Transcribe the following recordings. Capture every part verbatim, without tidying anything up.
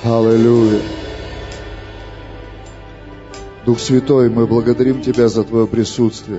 Аллилуйя. Дух Святой, мы благодарим Тебя за Твое присутствие.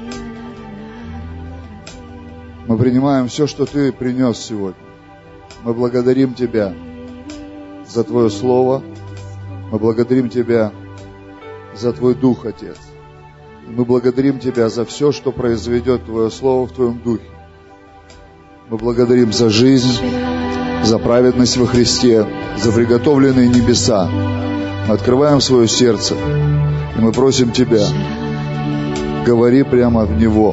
Мы принимаем все, что Ты принес сегодня. Мы благодарим Тебя за Твое Слово. Мы благодарим Тебя за Твой Дух, Отец. И мы благодарим Тебя за все, что произведет Твое Слово в Твоем Духе. Мы благодарим за жизнь, за праведность во Христе, за приготовленные небеса. Мы открываем свое сердце, и мы просим Тебя, говори прямо в него.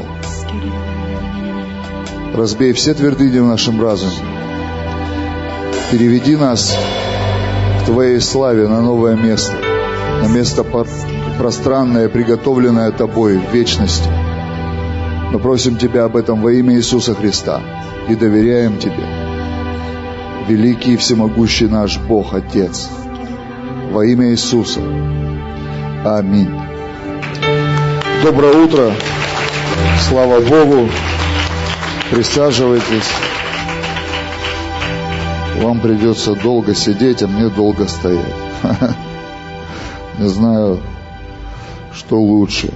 Разбей все твердыни в нашем разуме. Переведи нас к Твоей славе на новое место, на место пространное, приготовленное Тобой в вечности. Мы просим Тебя об этом во имя Иисуса Христа и доверяем Тебе. Великий и всемогущий наш Бог, Отец, во имя Иисуса. Аминь. Доброе утро. Слава Богу. Присаживайтесь. Вам придется долго сидеть, а мне долго стоять. Не знаю, что лучше.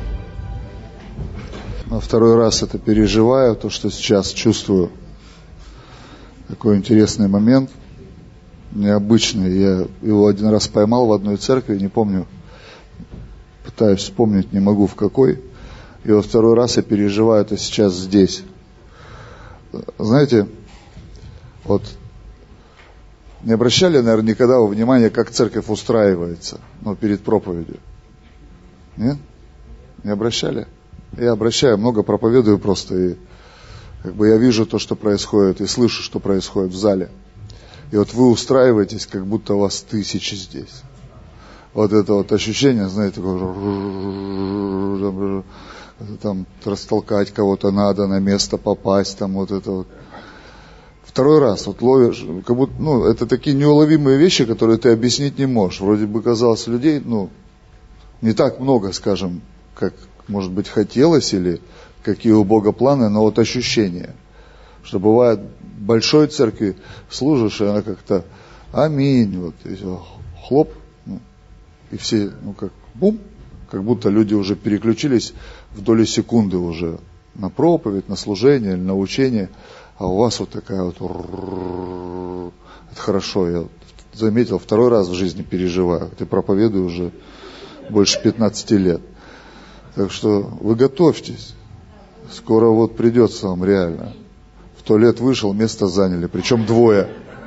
На второй раз это переживаю, то, что сейчас чувствую. Такой интересный момент, необычный. Я его один раз поймал в одной церкви, не помню, пытаюсь вспомнить, не могу в какой. И во второй раз я переживаю это сейчас здесь. Знаете, вот не обращали, наверное, никогда во внимание, как церковь устраивается, ну, перед проповедью? Нет? Не обращали? Я обращаю, много проповедую просто, и как бы я вижу то, что происходит, и слышу, что происходит в зале. И вот вы устраиваетесь, как будто вас тысячи здесь. Вот это вот ощущение, знаете, такое, там растолкать кого-то надо, на место попасть, там вот это вот. Второй раз вот ловишь, как будто, ну, это такие неуловимые вещи, которые ты объяснить не можешь. Вроде бы казалось, людей, ну, не так много, скажем, как, может быть, хотелось, или какие у Бога планы, но вот ощущение, что бывает в большой церкви служишь, и она как-то аминь, вот, и все, хлоп, ну, и все, ну, как бум, как будто люди уже переключились в доли секунды уже на проповедь, на служение или на учение, а у вас вот такая вот, это хорошо, я заметил, второй раз в жизни переживаю, ты проповедую уже больше пятнадцати лет, так что вы готовьтесь. Скоро вот придется вам реально. В туалет вышел, место заняли. Причем двое.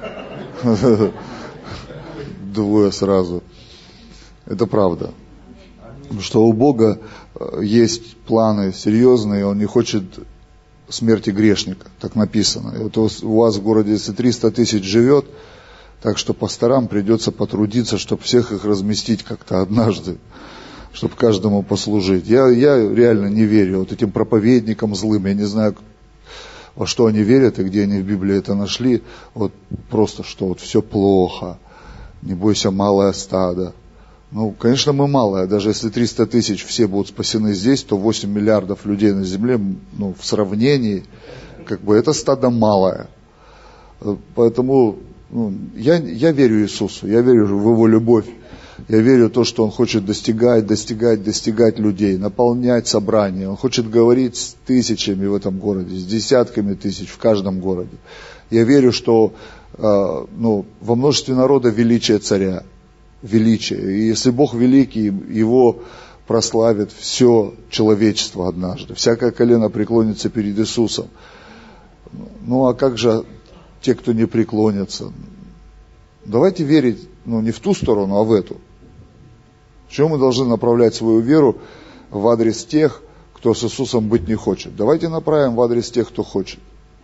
Двое сразу. Это правда. Потому что у Бога есть планы серьезные, Он не хочет смерти грешника. Так написано. И вот у вас в городе, если триста тысяч живет, так что пасторам придется потрудиться, чтобы всех их разместить как-то однажды, чтобы каждому послужить. Я, я реально не верю вот этим проповедникам злым. Я не знаю, во что они верят и где они в Библии это нашли. Вот просто, что вот все плохо. Не бойся, малое стадо. Ну, конечно, мы малое. Даже если триста тысяч все будут спасены здесь, то восемь миллиардов людей на земле, ну, в сравнении, как бы это стадо малое. Поэтому ну, я, я верю Иисусу, я верю в Его любовь. Я верю в то, что Он хочет достигать, достигать, достигать людей, наполнять собрания. Он хочет говорить с тысячами в этом городе, с десятками тысяч в каждом городе. Я верю, что э, ну, во множестве народа величие царя, величие. И если Бог великий, Его прославит все человечество однажды. Всякое колено преклонится перед Иисусом. Ну а как же те, кто не преклонятся? Давайте верить, ну, не в ту сторону, а в эту. В чем мы должны направлять свою веру в адрес тех, кто с Иисусом быть не хочет? Давайте направим в адрес тех, кто хочет.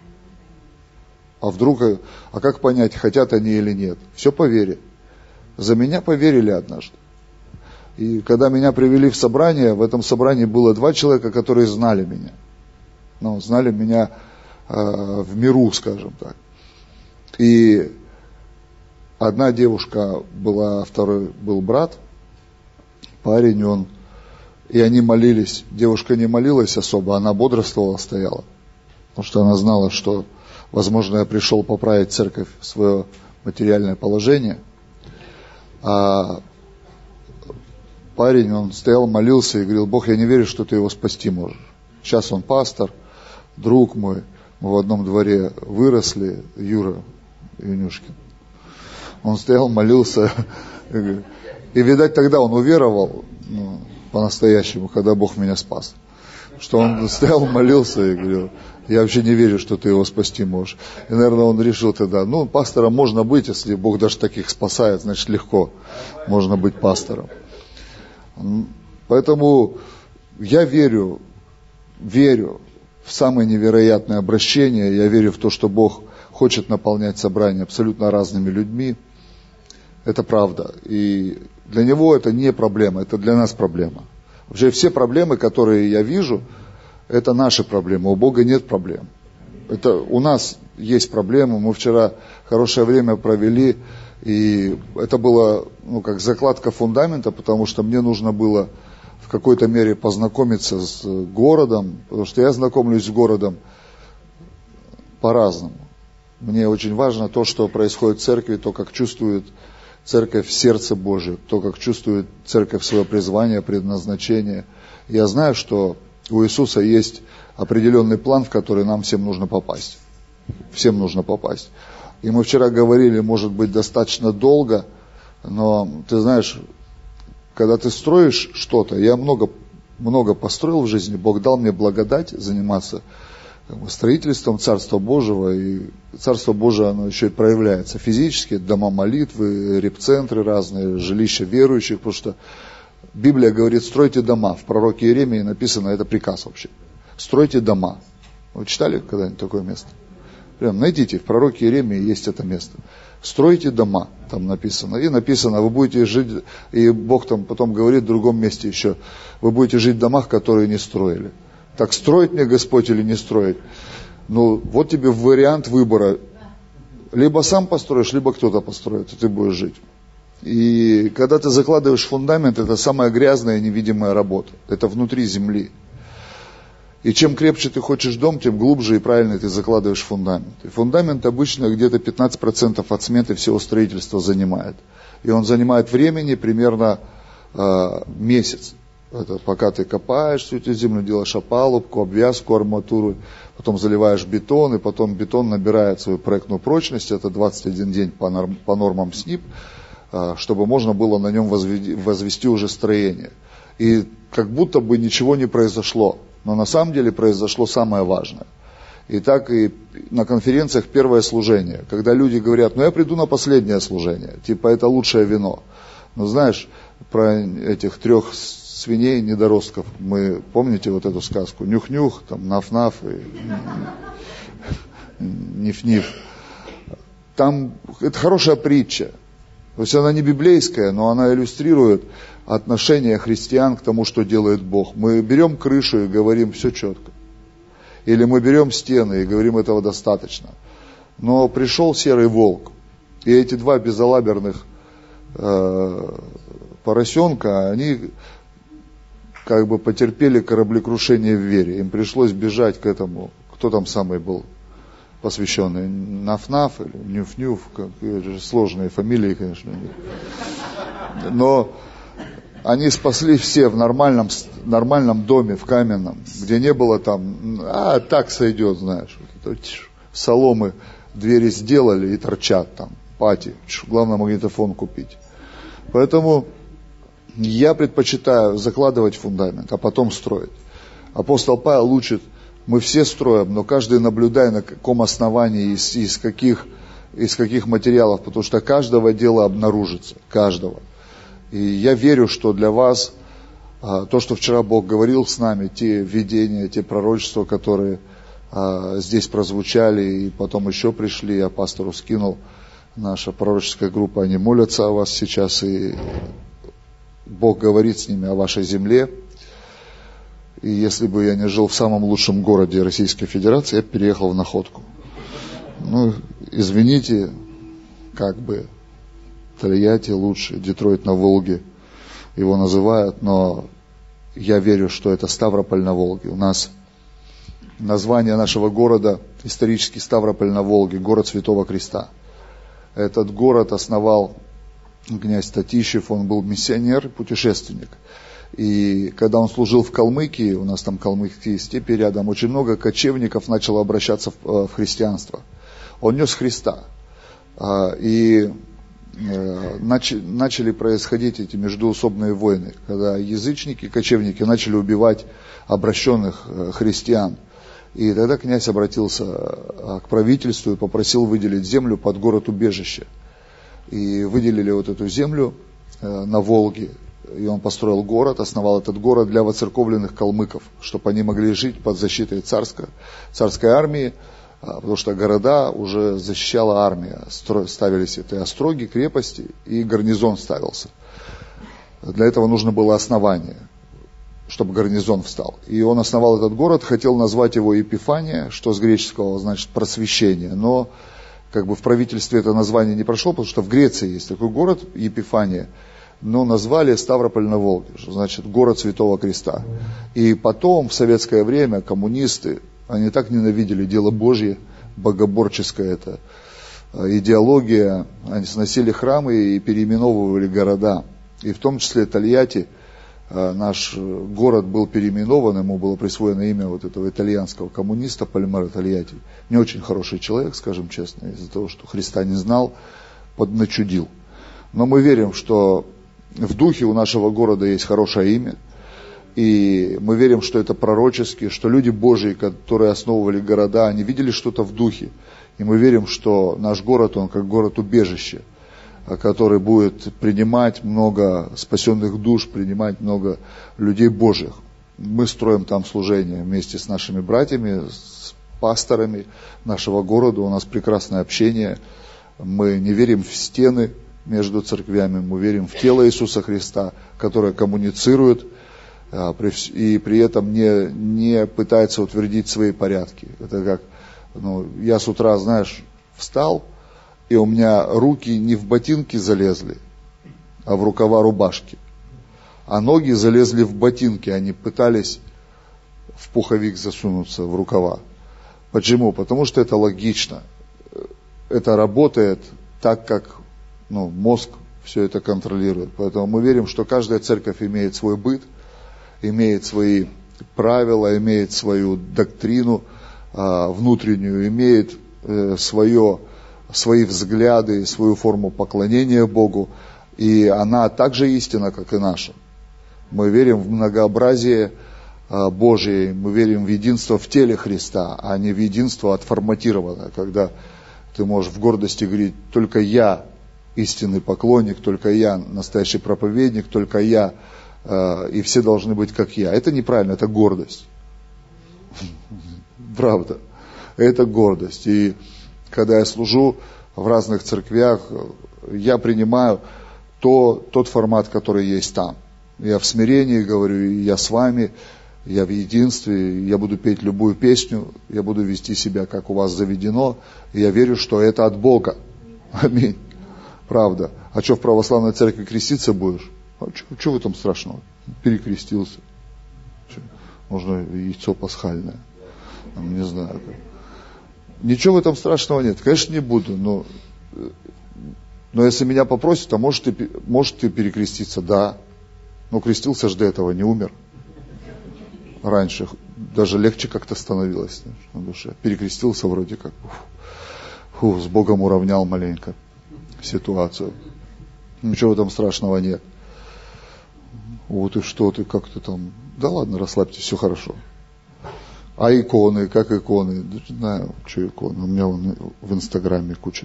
А вдруг, а как понять, хотят они или нет? Все по вере. За меня поверили однажды. И когда меня привели в собрание, в этом собрании было два человека, которые знали меня. Ну, знали меня э, в миру, скажем так. И одна девушка была, второй был брат, парень, он, и они молились. Девушка не молилась особо, она бодрствовала, стояла. Потому что она знала, что, возможно, я пришел поправить церковь, свое материальное положение. А парень, он стоял, молился и говорил: Бог, я не верю, что ты его спасти можешь. Сейчас он пастор, друг мой, мы в одном дворе выросли, Юра Юнюшкин. Он стоял, молился, и, видать, тогда он уверовал, ну, по-настоящему, когда Бог меня спас. Что он стоял, молился и говорил: я вообще не верю, что ты его спасти можешь. И, наверное, он решил тогда, ну, пастором можно быть, если Бог даже таких спасает, значит, легко можно быть пастором. Поэтому я верю, верю в самые невероятные обращения, я верю в то, что Бог хочет наполнять собрание абсолютно разными людьми. Это правда. И для Него это не проблема, это для нас проблема. Вообще все проблемы, которые я вижу, это наши проблемы. У Бога нет проблем. Это у нас есть проблемы. Мы вчера хорошее время провели, и это было, ну, как закладка фундамента, потому что мне нужно было в какой-то мере познакомиться с городом, потому что я знакомлюсь с городом по-разному. Мне очень важно то, что происходит в церкви, то, как чувствует церковь в сердце Божьем, то, как чувствует церковь свое призвание, предназначение. Я знаю, что у Иисуса есть определенный план, в который нам всем нужно попасть. Всем нужно попасть. И мы вчера говорили, может быть, достаточно долго, но ты знаешь, когда ты строишь что-то, я много, много построил в жизни, Бог дал мне благодать заниматься строительством Царства Божьего, и Царство Божие, оно еще и проявляется физически, дома молитвы, репцентры разные, жилища верующих, потому что Библия говорит: стройте дома. В пророке Иеремии написано, это приказ вообще. Стройте дома. Вы читали когда-нибудь такое место? Прям найдите, в пророке Иеремии есть это место. Стройте дома, там написано. И написано, вы будете жить, и Бог там потом говорит в другом месте еще, вы будете жить в домах, которые не строили. Так строить мне Господь или не строить? Ну, вот тебе вариант выбора. Либо сам построишь, либо кто-то построит, и ты будешь жить. И когда ты закладываешь фундамент, это самая грязная невидимая работа. Это внутри земли. И чем крепче ты хочешь дом, тем глубже и правильно ты закладываешь фундамент. И фундамент обычно где-то пятнадцать процентов от сметы всего строительства занимает. И он занимает времени примерно э, месяц. Это пока ты копаешь всю эту землю, делаешь опалубку, обвязку, арматуру, потом заливаешь бетон, и потом бетон набирает свою проектную прочность, это двадцать один день по, норм, по нормам СНИП, чтобы можно было на нем возведи, возвести уже строение. И как будто бы ничего не произошло, но на самом деле произошло самое важное. И так и на конференциях первое служение, когда люди говорят: ну я приду на последнее служение, типа это лучшее вино. Но знаешь, про этих трех свиней недоростков, мы, помните вот эту сказку? Нюх-нюх, там, наф-наф и ниф-ниф. Там, это хорошая притча. То есть она не библейская, но она иллюстрирует отношение христиан к тому, что делает Бог. Мы берем крышу и говорим: все четко. Или мы берем стены и говорим: этого достаточно. Но пришел серый волк, и эти два безалаберных э, поросенка, они как бы потерпели кораблекрушение в вере. Им пришлось бежать к этому. Кто там самый был посвященный? Наф-наф или Нюф-нюф? Сложные фамилии, конечно. Но они спасли все в нормальном, нормальном доме, в каменном, где не было там, а так сойдет, знаешь. Соломы двери сделали и торчат там, пати. Главное магнитофон купить. Поэтому я предпочитаю закладывать фундамент, а потом строить. Апостол Павел учит: мы все строим, но каждый наблюдая, на каком основании, из, из, каких, из каких материалов, потому что каждого дела обнаружится, каждого. И я верю, что для вас а, то, что вчера Бог говорил с нами, те видения, те пророчества, которые а, здесь прозвучали и потом еще пришли, я пастору скинул, наша пророческая группа, они молятся о вас сейчас, и Бог говорит с ними о вашей земле. И если бы я не жил в самом лучшем городе Российской Федерации, я бы переехал в Находку. Ну, извините, как бы Тольятти лучше, Детройт на Волге его называют, но я верю, что это Ставрополь на Волге. У нас название нашего города исторический Ставрополь на Волге, город Святого Креста. Этот город основал князь Татищев, он был миссионер, путешественник. И когда он служил в Калмыкии, у нас там калмыцкие степи рядом, очень много кочевников начало обращаться в, в христианство. Он нес Христа. И начали происходить эти междоусобные войны, когда язычники, кочевники начали убивать обращенных христиан. И тогда князь обратился к правительству и попросил выделить землю под город-убежище. И выделили вот эту землю на Волге. И он построил город, основал этот город для воцерковленных калмыков, чтобы они могли жить под защитой царской, царской армии, потому что города уже защищала армия. Ставились это остроги, крепости, и гарнизон ставился. Для этого нужно было основание, чтобы гарнизон встал. И он основал этот город, хотел назвать его Епифания, что с греческого значит просвещение, но как бы в правительстве это название не прошло, потому что в Греции есть такой город Епифания, но назвали Ставрополь на Волге, что значит город Святого Креста. И потом, в советское время, коммунисты, они так ненавидели дело Божье, богоборческая это идеология, они сносили храмы и переименовывали города. И в том числе Тольятти, наш город был переименован, ему было присвоено имя вот этого итальянского коммуниста Пальмиро Тольятти. Не очень хороший человек, скажем честно, из-за того, что Христа не знал, подначудил. Но мы верим, что в духе у нашего города есть хорошее имя, и мы верим, что это пророчески, что люди Божьи, которые основывали города, они видели что-то в духе. И мы верим, что наш город, он как город-убежище, который будет принимать много спасенных душ, принимать много людей Божьих. Мы строим там служение вместе с нашими братьями, с пасторами нашего города. У нас прекрасное общение. Мы не верим в стены между церквями, мы верим в тело Иисуса Христа, которое коммуницирует и при этом не, не пытается утвердить свои порядки. Это как, ну, я с утра, знаешь, встал, и у меня руки не в ботинки залезли, а в рукава рубашки. А ноги залезли в ботинки, они пытались в пуховик засунуться, в рукава. Почему? Потому что это логично. Это работает так, как ну, мозг все это контролирует. Поэтому мы верим, что каждая церковь имеет свой быт, имеет свои правила, имеет свою доктрину а, внутреннюю, имеет э, свое, свои взгляды, свою форму поклонения Богу. И она так же истинна, как и наша. Мы верим в многообразие а, Божие, мы верим в единство в теле Христа, а не в единство отформатированное, когда ты можешь в гордости говорить: только я истинный поклонник, только я настоящий проповедник, только я, э, и все должны быть как я. Это неправильно, это гордость. Правда. Это гордость. И когда я служу в разных церквях, я принимаю то, тот формат, который есть там. Я в смирении говорю, я с вами, я в единстве, я буду петь любую песню, я буду вести себя, как у вас заведено, и я верю, что это от Бога. Аминь. Правда. А что, в православной церкви креститься будешь? А что в этом страшного? Перекрестился. Чё? Можно яйцо пасхальное. Не знаю. Ничего в этом страшного нет. Конечно, не буду, но, но если меня попросят, а может ты, может ты перекреститься? Да. Но крестился же до этого, не умер. Раньше даже легче как-то становилось на душе. Перекрестился вроде как. Фу, с Богом уравнял маленько ситуацию. Ничего в этом страшного нет. Вот и что ты, как ты там. Да ладно, расслабьтесь, все хорошо. А иконы, как иконы? Не знаю, что иконы. У меня вон в Инстаграме куча.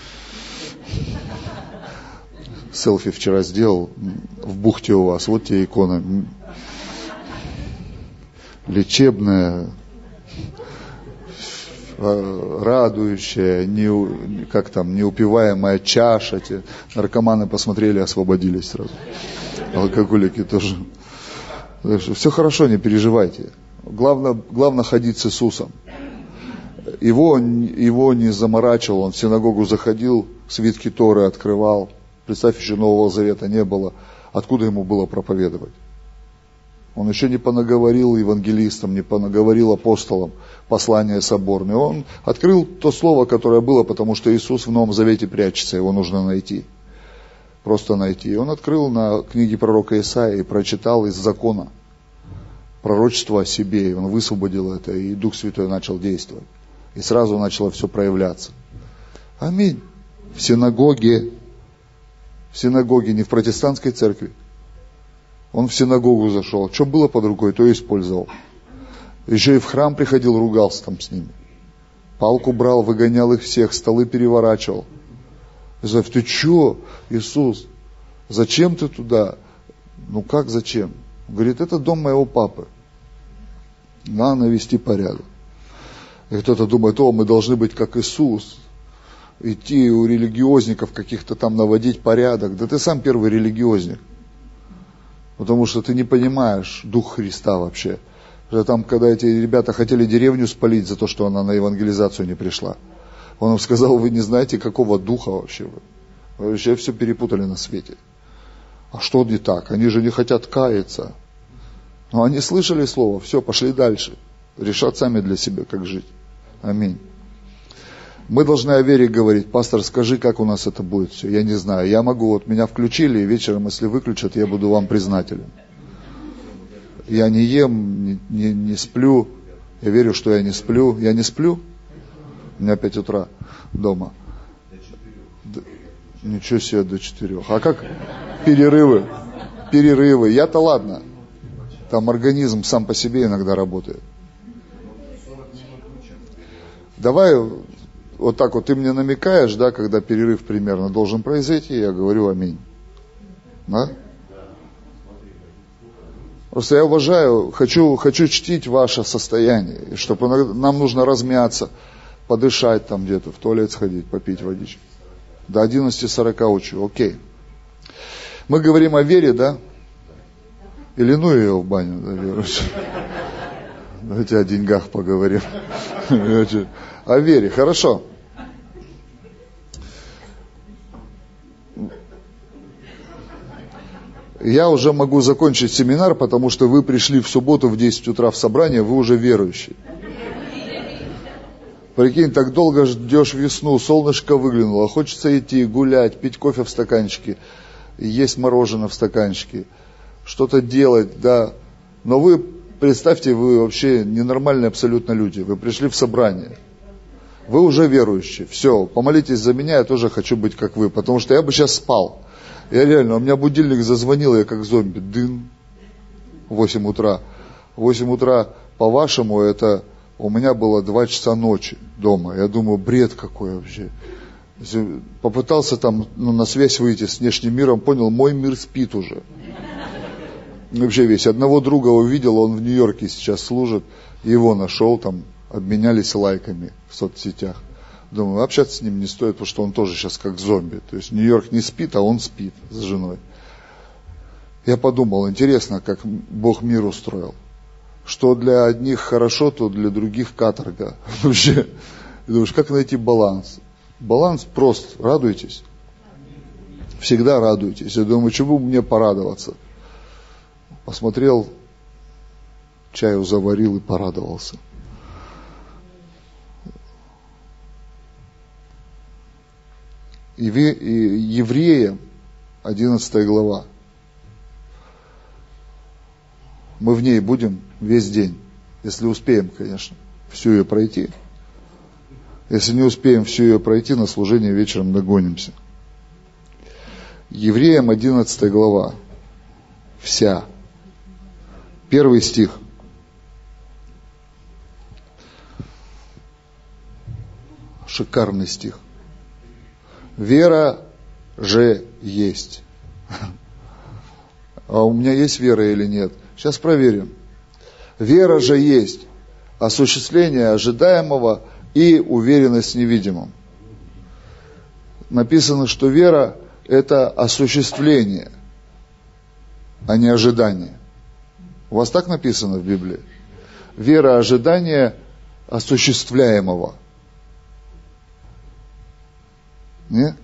Селфи вчера сделал в бухте у вас. Вот тебе икона. Лечебная, радующая, не, как там, неупиваемая чаша. Те наркоманы посмотрели, освободились сразу. Алкоголики тоже. Так что все хорошо, не переживайте. Главное, главное ходить с Иисусом. Его, его не заморачивал, он в синагогу заходил, свитки Торы открывал. Представь, еще Нового Завета не было. Откуда ему было проповедовать? Он еще не понаговорил евангелистам, не понаговорил апостолам послание соборное. Он открыл то слово, которое было, потому что Иисус в Новом Завете прячется, его нужно найти. просто найти. И он открыл на книге пророка Исаии и прочитал из закона пророчество о себе, и он высвободил это, и Дух Святой начал действовать. И сразу начало все проявляться. Аминь. В синагоге, в синагоге, не в протестантской церкви. Он в синагогу зашел. Что было под рукой, то и использовал. Еще и в храм приходил, ругался там с ними. Палку брал, выгонял их всех, столы переворачивал. Изав, ты что, Иисус, зачем ты туда? Ну как зачем? Говорит, это дом моего папы. Надо навести порядок. И кто-то думает, о, мы должны быть как Иисус. Идти у религиозников каких-то там наводить порядок. Да ты сам первый религиозник. Потому что ты не понимаешь дух Христа вообще. Что там, когда эти ребята хотели деревню спалить за то, что она на евангелизацию не пришла. Он им сказал, вы не знаете, какого духа вообще вы. Вы вообще все перепутали на свете. А что не так? Они же не хотят каяться. Но они слышали слово, все, пошли дальше. Решат сами для себя, как жить. Аминь. Мы должны о вере говорить. Пастор, скажи, как у нас это будет все. Я не знаю. Я могу, вот меня включили, и вечером, если выключат, я буду вам признателен. Я не ем, не, не, не сплю. Я верю, что я не сплю. Я не сплю? У меня пять утра дома. До, ничего себе, до четырех. А как перерывы? Перерывы. Я-то ладно. Там организм сам по себе иногда работает. Давай вот так вот ты мне намекаешь, да, когда перерыв примерно должен произойти, я говорю аминь. Да? Просто я уважаю, хочу, хочу чтить ваше состояние, и чтобы нам нужно размяться, подышать там где-то, в туалет сходить, попить водички. До одиннадцати сорока учу, окей. Мы говорим о вере, да? Или ну ее в баню, да, Вера? Давайте о деньгах поговорим. О вере, хорошо. Я уже могу закончить семинар, потому что вы пришли в субботу в десять утра в собрание, вы уже верующие. Прикинь, так долго ждешь весну, солнышко выглянуло, хочется идти гулять, пить кофе в стаканчике, есть мороженое в стаканчике, что-то делать, да. Но вы, представьте, вы вообще ненормальные абсолютно люди, вы пришли в собрание. Вы уже верующие, все, помолитесь за меня, я тоже хочу быть как вы, потому что я бы сейчас спал. Я реально, у меня будильник зазвонил, я как зомби, дын, в восемь утра. В восемь утра, по-вашему, это у меня было два часа ночи дома. Я думаю, бред какой вообще. Попытался там ну, на связь выйти с внешним миром, понял, мой мир спит уже. Вообще весь. Одного друга увидел, он в Нью-Йорке сейчас служит, его нашел там, обменялись лайками в соцсетях. Думаю, общаться с ним не стоит, потому что он тоже сейчас как зомби. То есть Нью-Йорк не спит, а он спит с женой. Я подумал, интересно, как Бог мир устроил. Что для одних хорошо, то для других каторга. Вообще, думаешь, как найти баланс? Баланс прост, радуйтесь. Всегда радуйтесь. Я думаю, чему мне порадоваться? Посмотрел, чаю заварил и порадовался. Евреям, одиннадцатая глава. Мы в ней будем весь день, если успеем, конечно, всю ее пройти. Если не успеем всю ее пройти, на служение вечером догонимся. Евреям, одиннадцатая глава. Вся. Первый стих. Шикарный стих. Вера же есть. А у меня есть вера или нет? Сейчас проверим. Вера же есть. Осуществление ожидаемого и уверенность в невидимом. Написано, что вера – это осуществление, а не ожидание. У вас так написано в Библии? Вера – ожидание осуществляемого. Нет?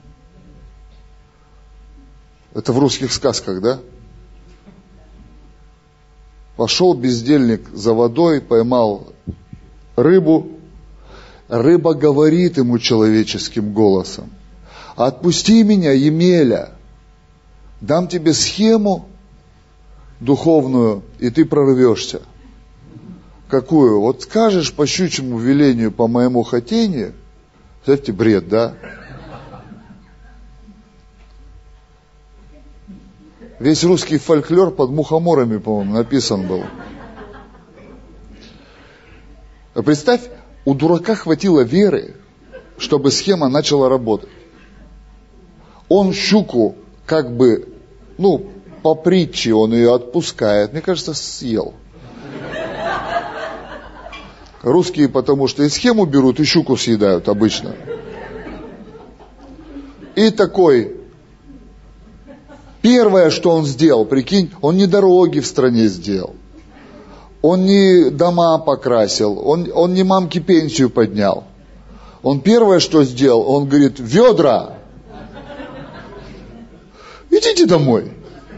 Это в русских сказках, да? Пошел бездельник за водой, поймал рыбу. Рыба говорит ему человеческим голосом: «Отпусти меня, Емеля». Дам тебе схему духовную, и ты прорвешься. Какую? Вот скажешь по щучьему велению, по моему хотению. Знаете, бред, да? Весь русский фольклор под мухоморами, по-моему, написан был. А представь, у дурака хватило веры, чтобы схема начала работать. Он щуку как бы, ну, по притче он ее отпускает. Мне кажется, съел. Русские потому что и схему берут, и щуку съедают обычно. И такой, первое, что он сделал, прикинь, он не дороги в стране сделал. Он не дома покрасил, он, он не мамке пенсию поднял. Он первое, что сделал, он говорит, ведра, идите домой.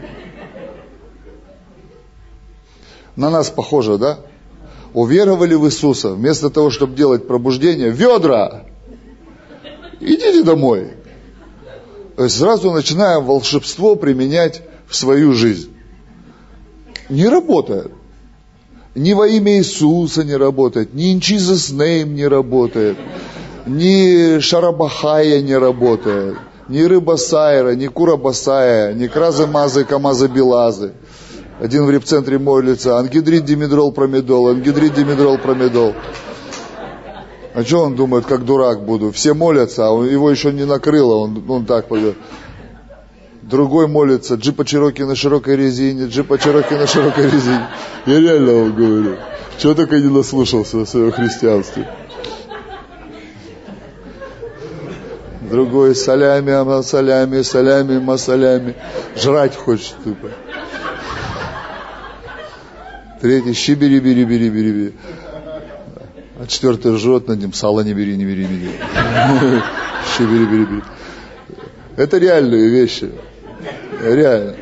На нас похоже, да? Уверовали в Иисуса, вместо того, чтобы делать пробуждение, ведра, идите домой. То есть сразу начинаем волшебство применять в свою жизнь. Не работает. Ни во имя Иисуса не работает, ни in Jesus name не работает, ни Шарабахая не работает, ни рыба сайра, ни кура басая, ни кразы-мазы, камазы-белазы. Один в репцентре молится, ангидрид, димедрол, промедол, ангидрид, димедрол, промедол. А что он думает, как дурак буду? Все молятся, а он, его еще не накрыло, он, он так пойдет. Другой молится, джипа Чироки на широкой резине, джипа Чироки на широкой резине. Я реально вам говорю. Чего только не наслушался в своем христианстве. Другой солями, амасалями, солями, масалями. Жрать хочет тупо. Третий щибери, бери, бери, бери, бери. А четвертый жрет над ним, сало не бери, не бери, не бери. Щибери, бери, бери. Это реальные вещи. Реально.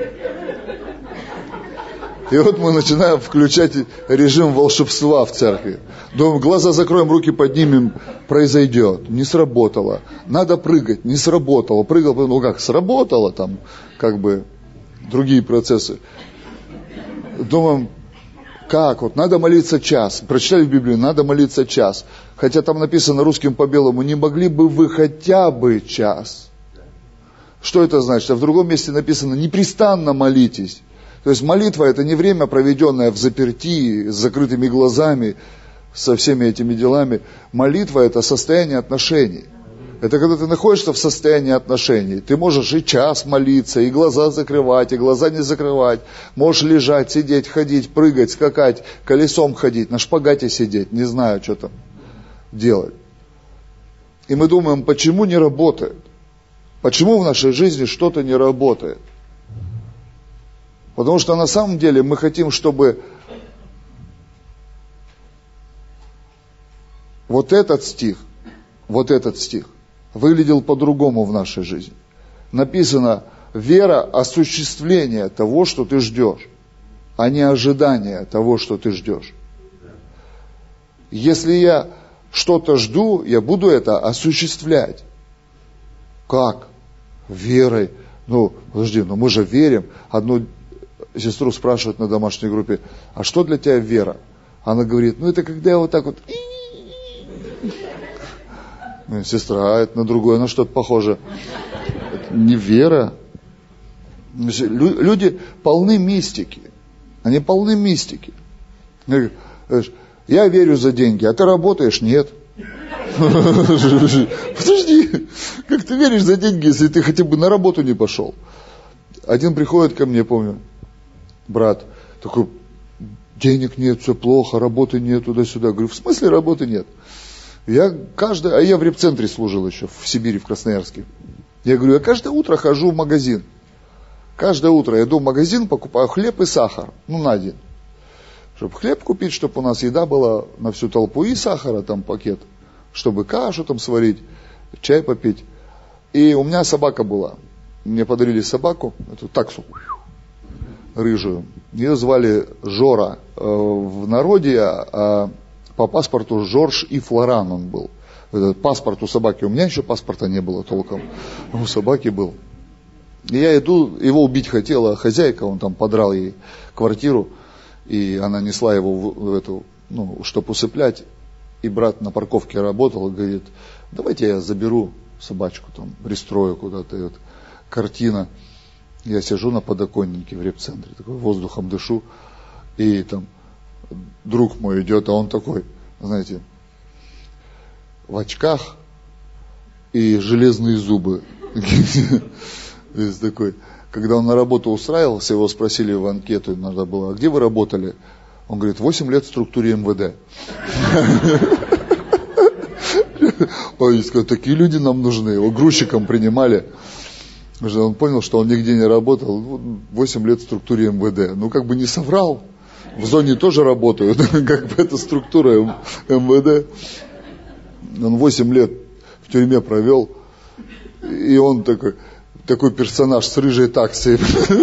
И вот мы начинаем включать режим волшебства в церкви. Думаем, глаза закроем, руки поднимем, произойдет. Не сработало. Надо прыгать, не сработало. Прыгал, ну как, сработало там, как бы, другие процессы. Думаем, как вот, надо молиться час. Прочитали в Библии, надо молиться час. Хотя там написано русским по белому, не могли бы вы хотя бы час. Что это значит? А в другом месте написано, непрестанно молитесь. То есть молитва это не время, проведенное в заперти, с закрытыми глазами, со всеми этими делами. Молитва это состояние отношений. Это когда ты находишься в состоянии отношений. Ты можешь и час молиться, и глаза закрывать, и глаза не закрывать. Можешь лежать, сидеть, ходить, прыгать, скакать, колесом ходить, на шпагате сидеть, не знаю, что там делать. И мы думаем, почему не работает? Почему в нашей жизни что-то не работает? Потому что на самом деле мы хотим, чтобы вот этот стих, вот этот стих выглядел по-другому в нашей жизни. Написано, вера – осуществление того, что ты ждешь, а не ожидание того, что ты ждешь. Если я что-то жду, я буду это осуществлять. Как? Верой. Ну, подожди, ну мы же верим. Одну сестру спрашивают на домашней группе, а что для тебя вера? Она говорит, ну это когда я вот так вот... Ну, сестра, а это на другое, на что-то похоже. Это не вера. Люди полны мистики. Они полны мистики. Я верю за деньги, а ты работаешь? Нет. Подожди, как ты веришь за деньги, если ты хотя бы на работу не пошел? Один приходит ко мне, помню, брат, такой, денег нет, все плохо, работы нет, туда-сюда. Говорю, в смысле работы нет? Я каждое, а я в репцентре служил еще, в Сибири, в Красноярске. Я говорю, я каждое утро хожу в магазин. Каждое утро я иду в магазин, покупаю хлеб и сахар, ну на день. Чтобы хлеб купить, чтобы у нас еда была на всю толпу, и сахара там пакет. Чтобы кашу там сварить, чай попить. И у меня собака была. Мне подарили собаку, эту таксу, рыжую. Ее звали Жора в народе, а по паспорту Жорж и Флоран он был. Этот паспорт у собаки. У меня еще паспорта не было толком. У собаки был. И я иду, его убить хотела хозяйка, он там подрал ей квартиру, и она несла его в, в эту, ну, чтобы усыплять. И брат на парковке работал и говорит, давайте я заберу собачку, там, пристрою куда-то. И вот картина. Я сижу на подоконнике в репцентре, такой воздухом дышу, и там друг мой идет, а он такой, знаете, в очках и железные зубы. Такой. Когда он на работу устраивался, его спросили в анкету, надо было, а где вы работали? Он говорит, восемь лет в структуре эм вэ дэ. Он сказал, такие люди нам нужны. Его грузчиком принимали. Он понял, что он нигде не работал. восемь лет в структуре эм вэ дэ. Ну, как бы не соврал. В зоне тоже работают. Как бы это структура эм вэ дэ. Он восемь лет в тюрьме провел. И он такой, такой персонаж с рыжей таксой.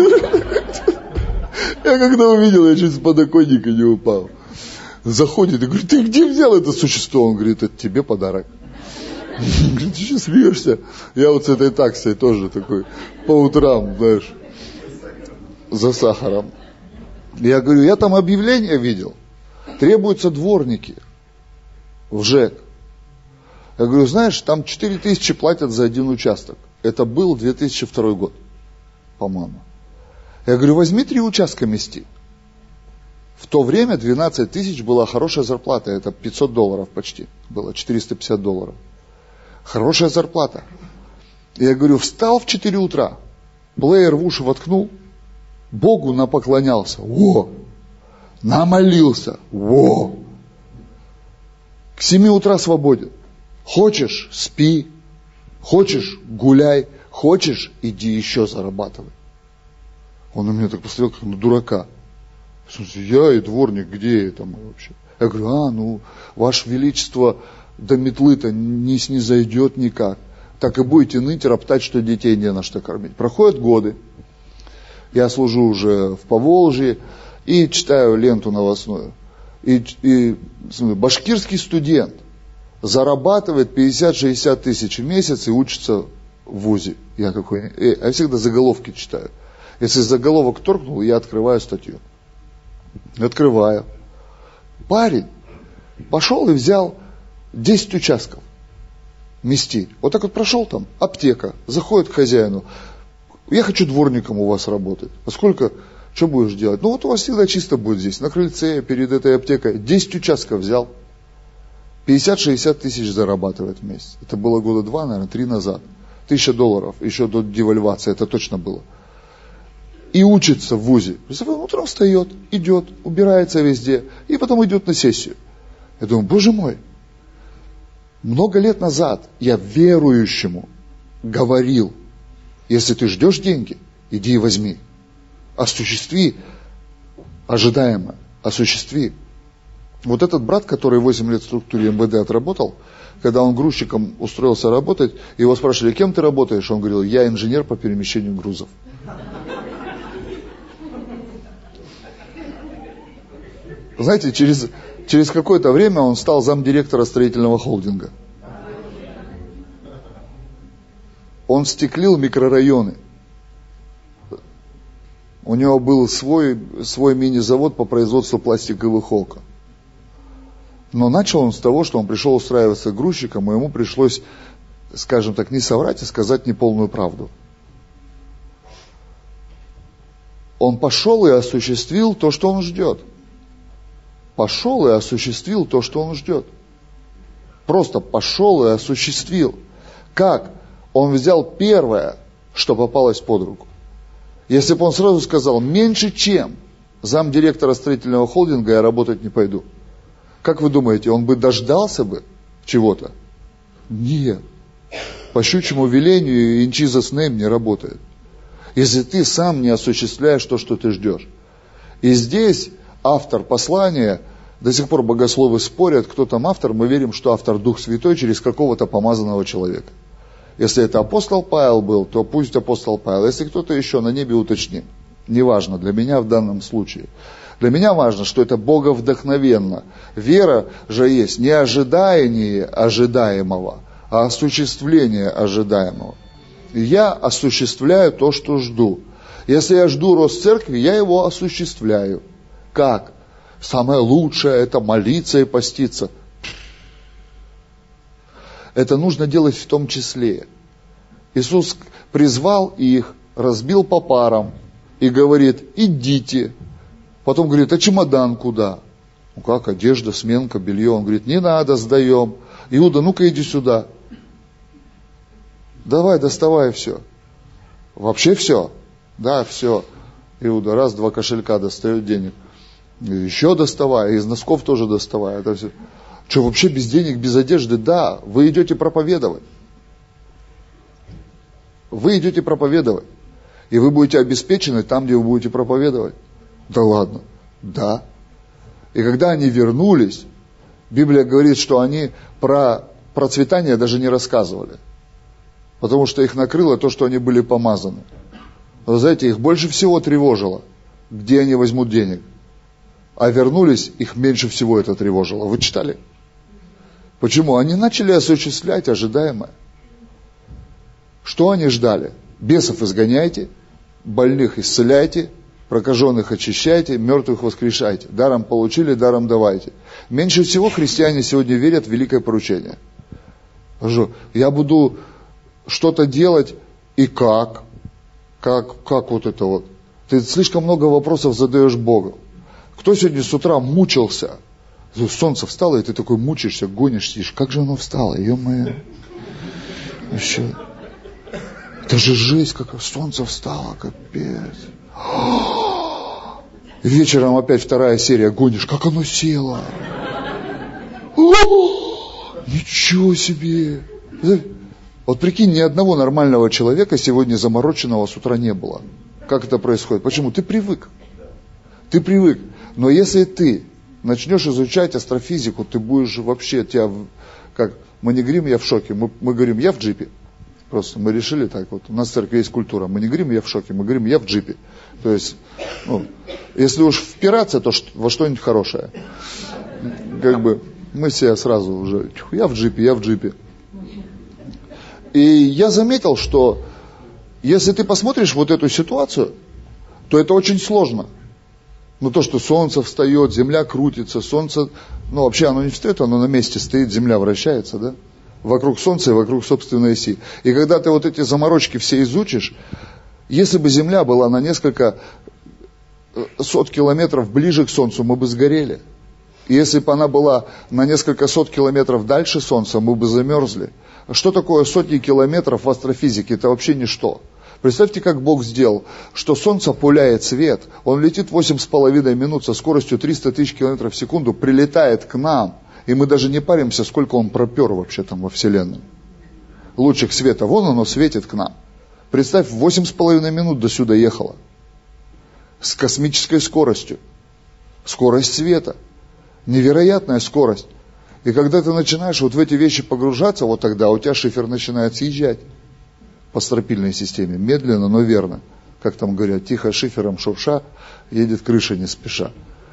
Я когда увидел, я чуть с подоконника не упал. Заходит и говорит, ты где взял это существо? Он говорит, это тебе подарок. Говорит, ты что смеешься? Я вот с этой таксой тоже такой по утрам, знаешь, за сахаром. Я говорю, я там объявление видел. Требуются дворники в ЖЭК. Я говорю, знаешь, там четыре тысячи платят за один участок. Это был две тысячи второй год, по-моему. Я говорю, возьми три участка мести. В то время двенадцать тысяч была хорошая зарплата. Это пятьсот долларов почти было, четыреста пятьдесят долларов. Хорошая зарплата. Я говорю, встал в четыре утра, плеер в уши воткнул, Богу напоклонялся. Во! Намолился. Во! К семи утра свободен. Хочешь, спи. Хочешь, гуляй. Хочешь, иди еще зарабатывай. Он на меня так посмотрел, как на дурака. Я и дворник, где это мы вообще? Я говорю, а, ну, Ваше Величество до метлы-то не снизойдет никак. Так и будете ныть, роптать, что детей не на что кормить. Проходят годы. Я служу уже в Поволжье и читаю ленту новостную. И, и смотри, башкирский студент зарабатывает пятьдесят-шестьдесят тысяч в месяц и учится в вузе. Я такой, я всегда заголовки читаю. Если заголовок торкнул, я открываю статью. Открываю. Парень пошел и взял десять участков мести. Вот так вот прошел там, аптека, заходит к хозяину. Я хочу дворником у вас работать. А сколько, что будешь делать? Ну вот у вас всегда чисто будет здесь, на крыльце, перед этой аптекой. десять участков взял. пятьдесят-шестьдесят тысяч зарабатывает в месяц. Это было года два, наверное, три назад. Тысяча долларов, еще до девальвации, это точно было. И учится в вузе. Утром встает, идет, убирается везде, и потом идет на сессию. Я думаю, боже мой, много лет назад я верующему говорил, если ты ждешь деньги, иди и возьми. Осуществи ожидаемо, осуществи. Вот этот брат, который восемь лет в структуре эм вэ дэ отработал, когда он грузчиком устроился работать, его спрашивали, кем ты работаешь? Он говорил, я инженер по перемещению грузов. Знаете, через, через какое-то время он стал замдиректора строительного холдинга. Он стеклил микрорайоны. У него был свой, свой мини-завод по производству пластиковых окон. Но начал он с того, что он пришел устраиваться грузчиком, и ему пришлось, скажем так, не соврать, а сказать неполную правду. Он пошел и осуществил то, что он ждет. Пошел и осуществил то, что он ждет. Просто пошел и осуществил. Как? Он взял первое, что попалось под руку. Если бы он сразу сказал, меньше чем замдиректора строительного холдинга я работать не пойду. Как вы думаете, он бы дождался бы чего-то? Нет. По щучьему велению in Jesus name не работает. Если ты сам не осуществляешь то, что ты ждешь. И здесь автор послания, до сих пор богословы спорят, кто там автор, мы верим, что автор Дух Святой через какого-то помазанного человека. Если это апостол Павел был, то пусть апостол Павел. Если кто-то еще, на небе уточним. Неважно, для меня в данном случае. Для меня важно, что это боговдохновенно. Вера же есть не ожидание ожидаемого, а осуществление ожидаемого. Я осуществляю то, что жду. Если я жду рост церкви, я его осуществляю. Как? Самое лучшее – это молиться и поститься. Это нужно делать в том числе. Иисус призвал их, разбил по парам и говорит: идите. Потом говорит: а чемодан куда? Ну как, одежда, сменка, белье. Он говорит: не надо, сдаем. Иуда, ну-ка иди сюда. Давай, доставай все. Вообще все? Да, все. Иуда раз, два кошелька достает денег. Еще доставай, из носков тоже доставай. Это все. Что, вообще без денег, без одежды? Да, вы идете проповедовать. Вы идете проповедовать. И вы будете обеспечены там, где вы будете проповедовать. Да ладно. Да. И когда они вернулись, Библия говорит, что они про процветание даже не рассказывали. Потому что их накрыло то, что они были помазаны. Вы знаете, их больше всего тревожило, где они возьмут денег. А вернулись, их меньше всего это тревожило. Вы читали? Почему? Они начали осуществлять ожидаемое. Что они ждали? Бесов изгоняйте, больных исцеляйте, прокаженных очищайте, мертвых воскрешайте. Даром получили, даром давайте. Меньше всего христиане сегодня верят в великое поручение. Я буду что-то делать, и как? Как, как вот это вот? Ты слишком много вопросов задаешь Богу. Кто сегодня с утра мучился? Солнце встало, и ты такой мучаешься, гонишь, сидишь. Как же оно встало? Ё-моё. Еще. Это же жесть, как солнце встало, капец. Вечером опять вторая серия, гонишь, как оно село. Ничего себе. Вот прикинь, ни одного нормального человека сегодня замороченного с утра не было. Как это происходит? Почему? Ты привык. Ты привык. Но если ты начнешь изучать астрофизику, ты будешь вообще, тебя, как мы не говорим, я в шоке, мы, мы говорим, я в джипе. Просто мы решили так вот, у нас в церкви есть культура, мы не говорим, я в шоке, мы говорим, я в джипе. То есть, ну, если уж впираться, то во что-нибудь хорошее. Как бы, мы все сразу уже, я в джипе, я в джипе. И я заметил, что если ты посмотришь вот эту ситуацию, то это очень сложно. Ну, то, что солнце встает, земля крутится, солнце, ну, вообще оно не встает, оно на месте стоит, земля вращается, да? Вокруг солнца и вокруг собственной оси. И когда ты вот эти заморочки все изучишь, если бы земля была на несколько сот километров ближе к солнцу, мы бы сгорели. И если бы она была на несколько сот километров дальше солнца, мы бы замерзли. А что такое сотни километров в астрофизике? Это вообще ничто. Представьте, как Бог сделал, что Солнце пуляет свет, он летит восемь с половиной минут со скоростью триста тысяч километров в секунду, прилетает к нам, и мы даже не паримся, сколько он пропер вообще там во Вселенной. Лучик света, вон оно светит к нам. Представь, восемь с половиной минут до сюда ехало. С космической скоростью. Скорость света. Невероятная скорость. И когда ты начинаешь вот в эти вещи погружаться, вот тогда у тебя шифер начинает съезжать. По стропильной системе, медленно, но верно. Как там говорят, тихо шифером шурша, едет крыша не спеша.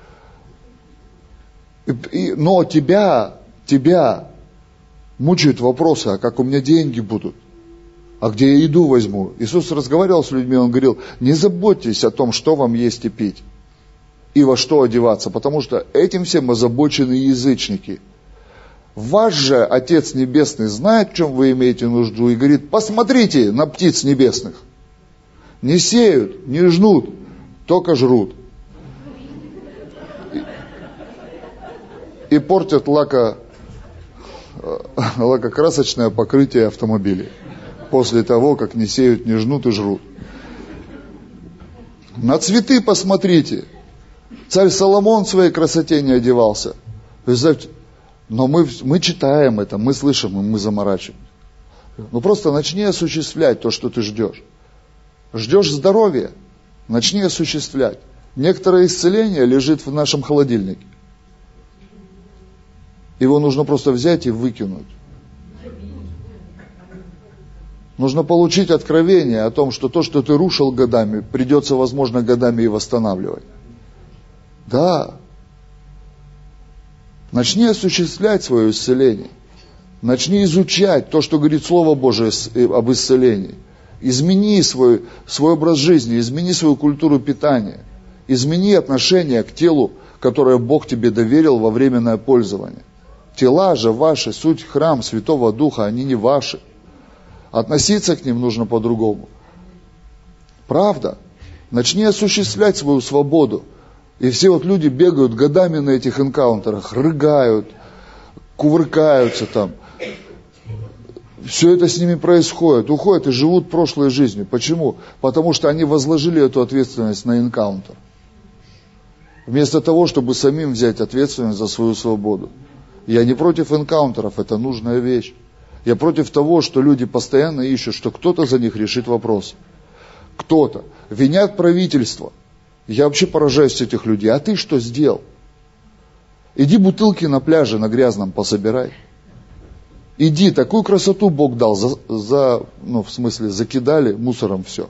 И, и, но тебя, тебя мучают вопросы, а как у меня деньги будут? А где я еду возьму? Иисус разговаривал с людьми, Он говорил, не заботьтесь о том, что вам есть и пить, и во что одеваться, потому что этим всем озабочены язычники. Ваш же Отец Небесный знает, в чем вы имеете нужду, и говорит, посмотрите на птиц небесных. Не сеют, не жнут, только жрут. И, и портят лако, лакокрасочное покрытие автомобилей. После того, как не сеют, не жнут и жрут. На цветы посмотрите. Царь Соломон в своей красоте не одевался. Представьте, но мы, мы читаем это, мы слышим, и мы заморачиваемся. Ну просто начни осуществлять то, что ты ждешь. Ждешь здоровья, начни осуществлять. Некоторое исцеление лежит в нашем холодильнике. Его нужно просто взять и выкинуть. Нужно получить откровение о том, что то, что ты рушил годами, придется, возможно, годами и восстанавливать. Да. Начни осуществлять свое исцеление. Начни изучать то, что говорит Слово Божие об исцелении. Измени свой, свой образ жизни, измени свою культуру питания, измени отношение к телу, которое Бог тебе доверил во временное пользование. Тела же ваши, суть храм Святого Духа, они не ваши. Относиться к ним нужно по-другому. Правда? Начни осуществлять свою свободу. И все вот люди бегают годами на этих энкаунтерах, рыгают, кувыркаются там. Все это с ними происходит, уходят и живут прошлой жизнью. Почему? Потому что они возложили эту ответственность на энкаунтер. Вместо того, чтобы самим взять ответственность за свою свободу. Я не против энкаунтеров, это нужная вещь. Я против того, что люди постоянно ищут, что кто-то за них решит вопрос. Кто-то. Винят правительство. Я вообще поражаюсь с этих людей. А ты что сделал? Иди бутылки на пляже на грязном пособирай. Иди, такую красоту Бог дал, за, за, ну, в смысле, закидали мусором все.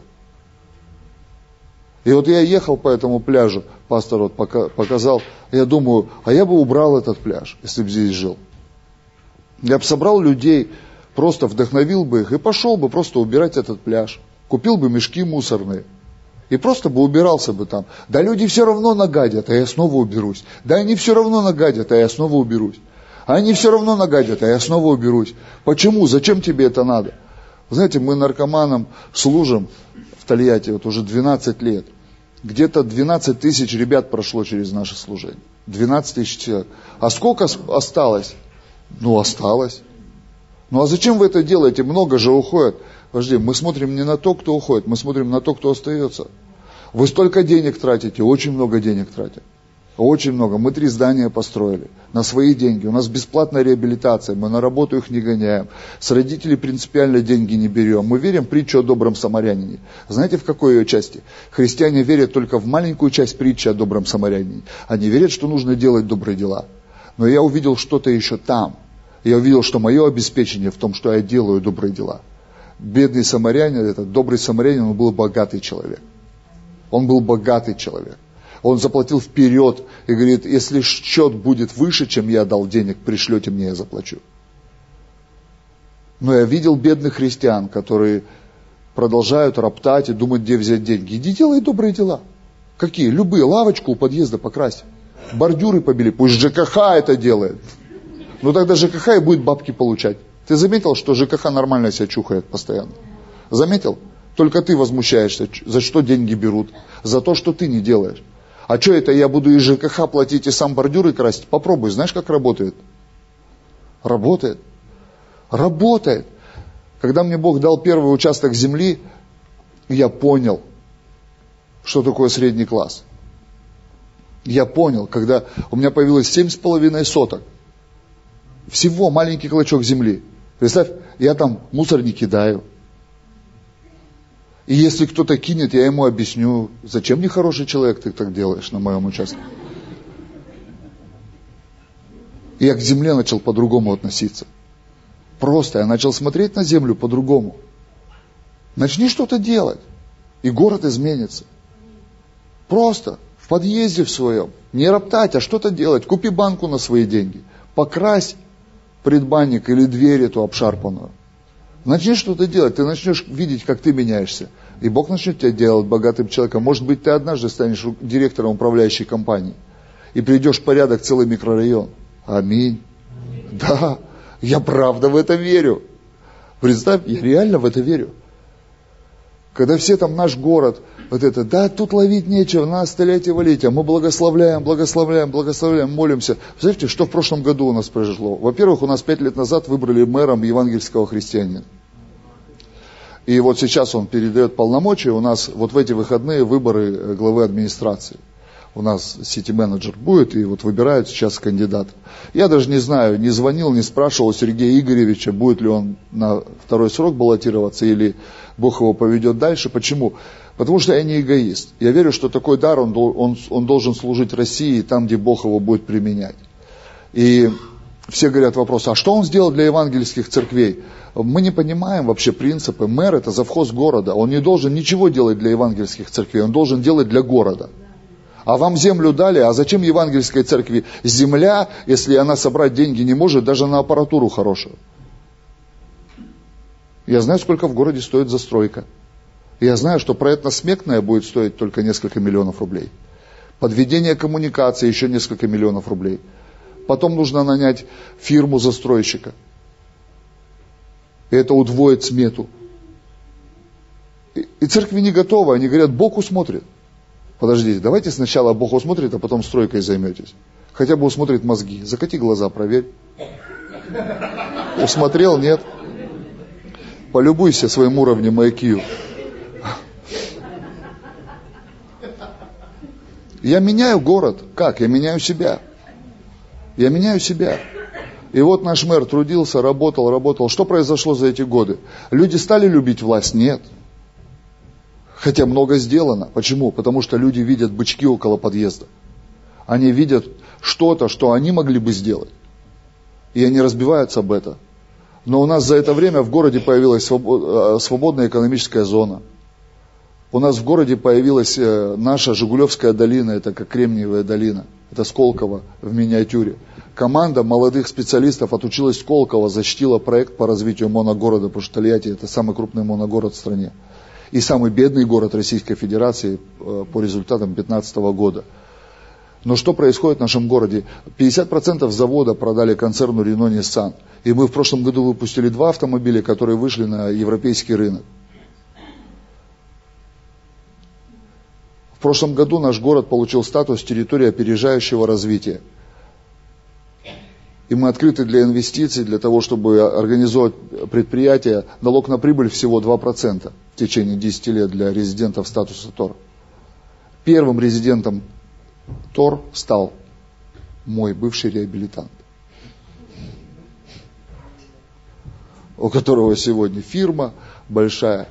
И вот я ехал по этому пляжу, пастор вот пока, показал, я думаю, а я бы убрал этот пляж, если бы здесь жил. Я бы собрал людей, просто вдохновил бы их и пошел бы просто убирать этот пляж. Купил бы мешки мусорные и просто бы убирался бы там. Да люди все равно нагадят, а я снова уберусь. Да они все равно нагадят, а я снова уберусь. А они все равно нагадят, а я снова уберусь. Почему? Зачем тебе это надо? Вы знаете, мы наркоманам служим в Тольятти вот уже двенадцать лет. Где-то двенадцать тысяч ребят прошло через наше служение. двенадцать тысяч человек. А сколько осталось? Ну, осталось. Ну, а зачем вы это делаете? Много же уходит. Подожди, мы смотрим не на то, кто уходит, мы смотрим на то, кто остается. Вы столько денег тратите, очень много денег тратите. Очень много. Мы три здания построили на свои деньги. У нас бесплатная реабилитация, мы на работу их не гоняем. С родителей принципиально деньги не берем. Мы верим в притчу о добром самарянине. Знаете, в какой ее части? Христиане верят только в маленькую часть притчи о добром самарянине. Они верят, что нужно делать добрые дела. Но я увидел что-то еще там. Я увидел, что мое обеспечение в том, что я делаю добрые дела. Бедный самарянин, этот добрый самарянин, он был богатый человек. Он был богатый человек. Он заплатил вперед и говорит, если счет будет выше, чем я дал денег, пришлете мне, я заплачу. Но я видел бедных христиан, которые продолжают роптать и думать, где взять деньги. Иди делай добрые дела. Какие? Любые. Лавочку у подъезда покрась. Бордюры побели. Пусть ЖКХ это делает. Ну тогда ЖКХ и будет бабки получать. Ты заметил, что ЖКХ нормально себя чухает постоянно? Заметил? Только ты возмущаешься, за что деньги берут. За то, что ты не делаешь. А что это, я буду и ЖКХ платить, и сам бордюры красить? Попробуй, знаешь, как работает? Работает. Работает. Когда мне Бог дал первый участок земли, я понял, что такое средний класс. Я понял, когда у меня появилось семь с половиной соток. Всего маленький клочок земли. Представь, я там мусор не кидаю. И если кто-то кинет, я ему объясню, зачем нехороший человек ты так делаешь на моем участке. И я к земле начал по-другому относиться. Просто я начал смотреть на землю по-другому. Начни что-то делать, и город изменится. Просто в подъезде в своем. Не роптать, а что-то делать. Купи банку на свои деньги. Покрась предбанник или дверь эту обшарпанную. Начни что-то делать, ты начнешь видеть, как ты меняешься. И Бог начнет тебя делать богатым человеком. Может быть, ты однажды станешь директором управляющей компании. И приведешь в порядок целый микрорайон. Аминь. Аминь. Да, я правда в это верю. Представь, я реально в это верю. Когда все там наш город, вот это, да, тут ловить нечего, нас стрелять и валить, а мы благословляем, благословляем, благословляем, молимся. Знаете, что в прошлом году у нас произошло? Во-первых, у нас пять лет назад выбрали мэром евангельского христианина. И вот сейчас он передает полномочия, у нас вот в эти выходные выборы главы администрации. У нас сити-менеджер будет, и вот выбирают сейчас кандидата. Я даже не знаю, не звонил, не спрашивал Сергея Игоревича, будет ли он на второй срок баллотироваться, или Бог его поведет дальше. Почему? Потому что я не эгоист. Я верю, что такой дар, он, он, он должен служить России там, где Бог его будет применять. И все говорят вопрос, а что он сделал для евангельских церквей? Мы не понимаем вообще принципы. Мэр это завхоз города. Он не должен ничего делать для евангельских церквей, он должен делать для города. А вам землю дали, а зачем евангельской церкви земля, если она собрать деньги не может даже на аппаратуру хорошую? Я знаю, сколько в городе стоит застройка. Я знаю, что проектно-сметная будет стоить только несколько миллионов рублей. Подведение коммуникации еще несколько миллионов рублей. Потом нужно нанять фирму-застройщика. И это удвоит смету. И, и церкви не готовы. Они говорят, Бог усмотрит. Подождите, давайте сначала Бог усмотрит, а потом стройкой займетесь. Хотя бы усмотрит мозги. Закати глаза, проверь. Усмотрел, нет? Полюбуйся своим уровнем ай кью. Я меняю город. Как? Я меняю себя. Я меняю себя. И вот наш мэр трудился, работал, работал. Что произошло за эти годы? Люди стали любить власть? Нет. Хотя много сделано. Почему? Потому что люди видят бычки около подъезда. Они видят что-то, что они могли бы сделать. И они разбиваются об это. Но у нас за это время в городе появилась свободная экономическая зона. У нас в городе появилась наша Жигулевская долина, это как Кремниевая долина. Это Сколково в миниатюре. Команда молодых специалистов отучилась Сколково, защитила проект по развитию моногорода, потому что Тольятти это самый крупный моногород в стране. И самый бедный город Российской Федерации по результатам две тысячи пятнадцатого года. Но что происходит в нашем городе? пятьдесят процентов завода продали концерну Renault-Nissan. И мы в прошлом году выпустили два автомобиля, которые вышли на европейский рынок. В прошлом году наш город получил статус территории опережающего развития. И мы открыты для инвестиций, для того, чтобы организовать предприятие. Налог на прибыль всего два процента в течение десяти лет для резидентов статуса ТОР. Первым резидентом ТОР стал мой бывший реабилитант, у которого сегодня фирма большая.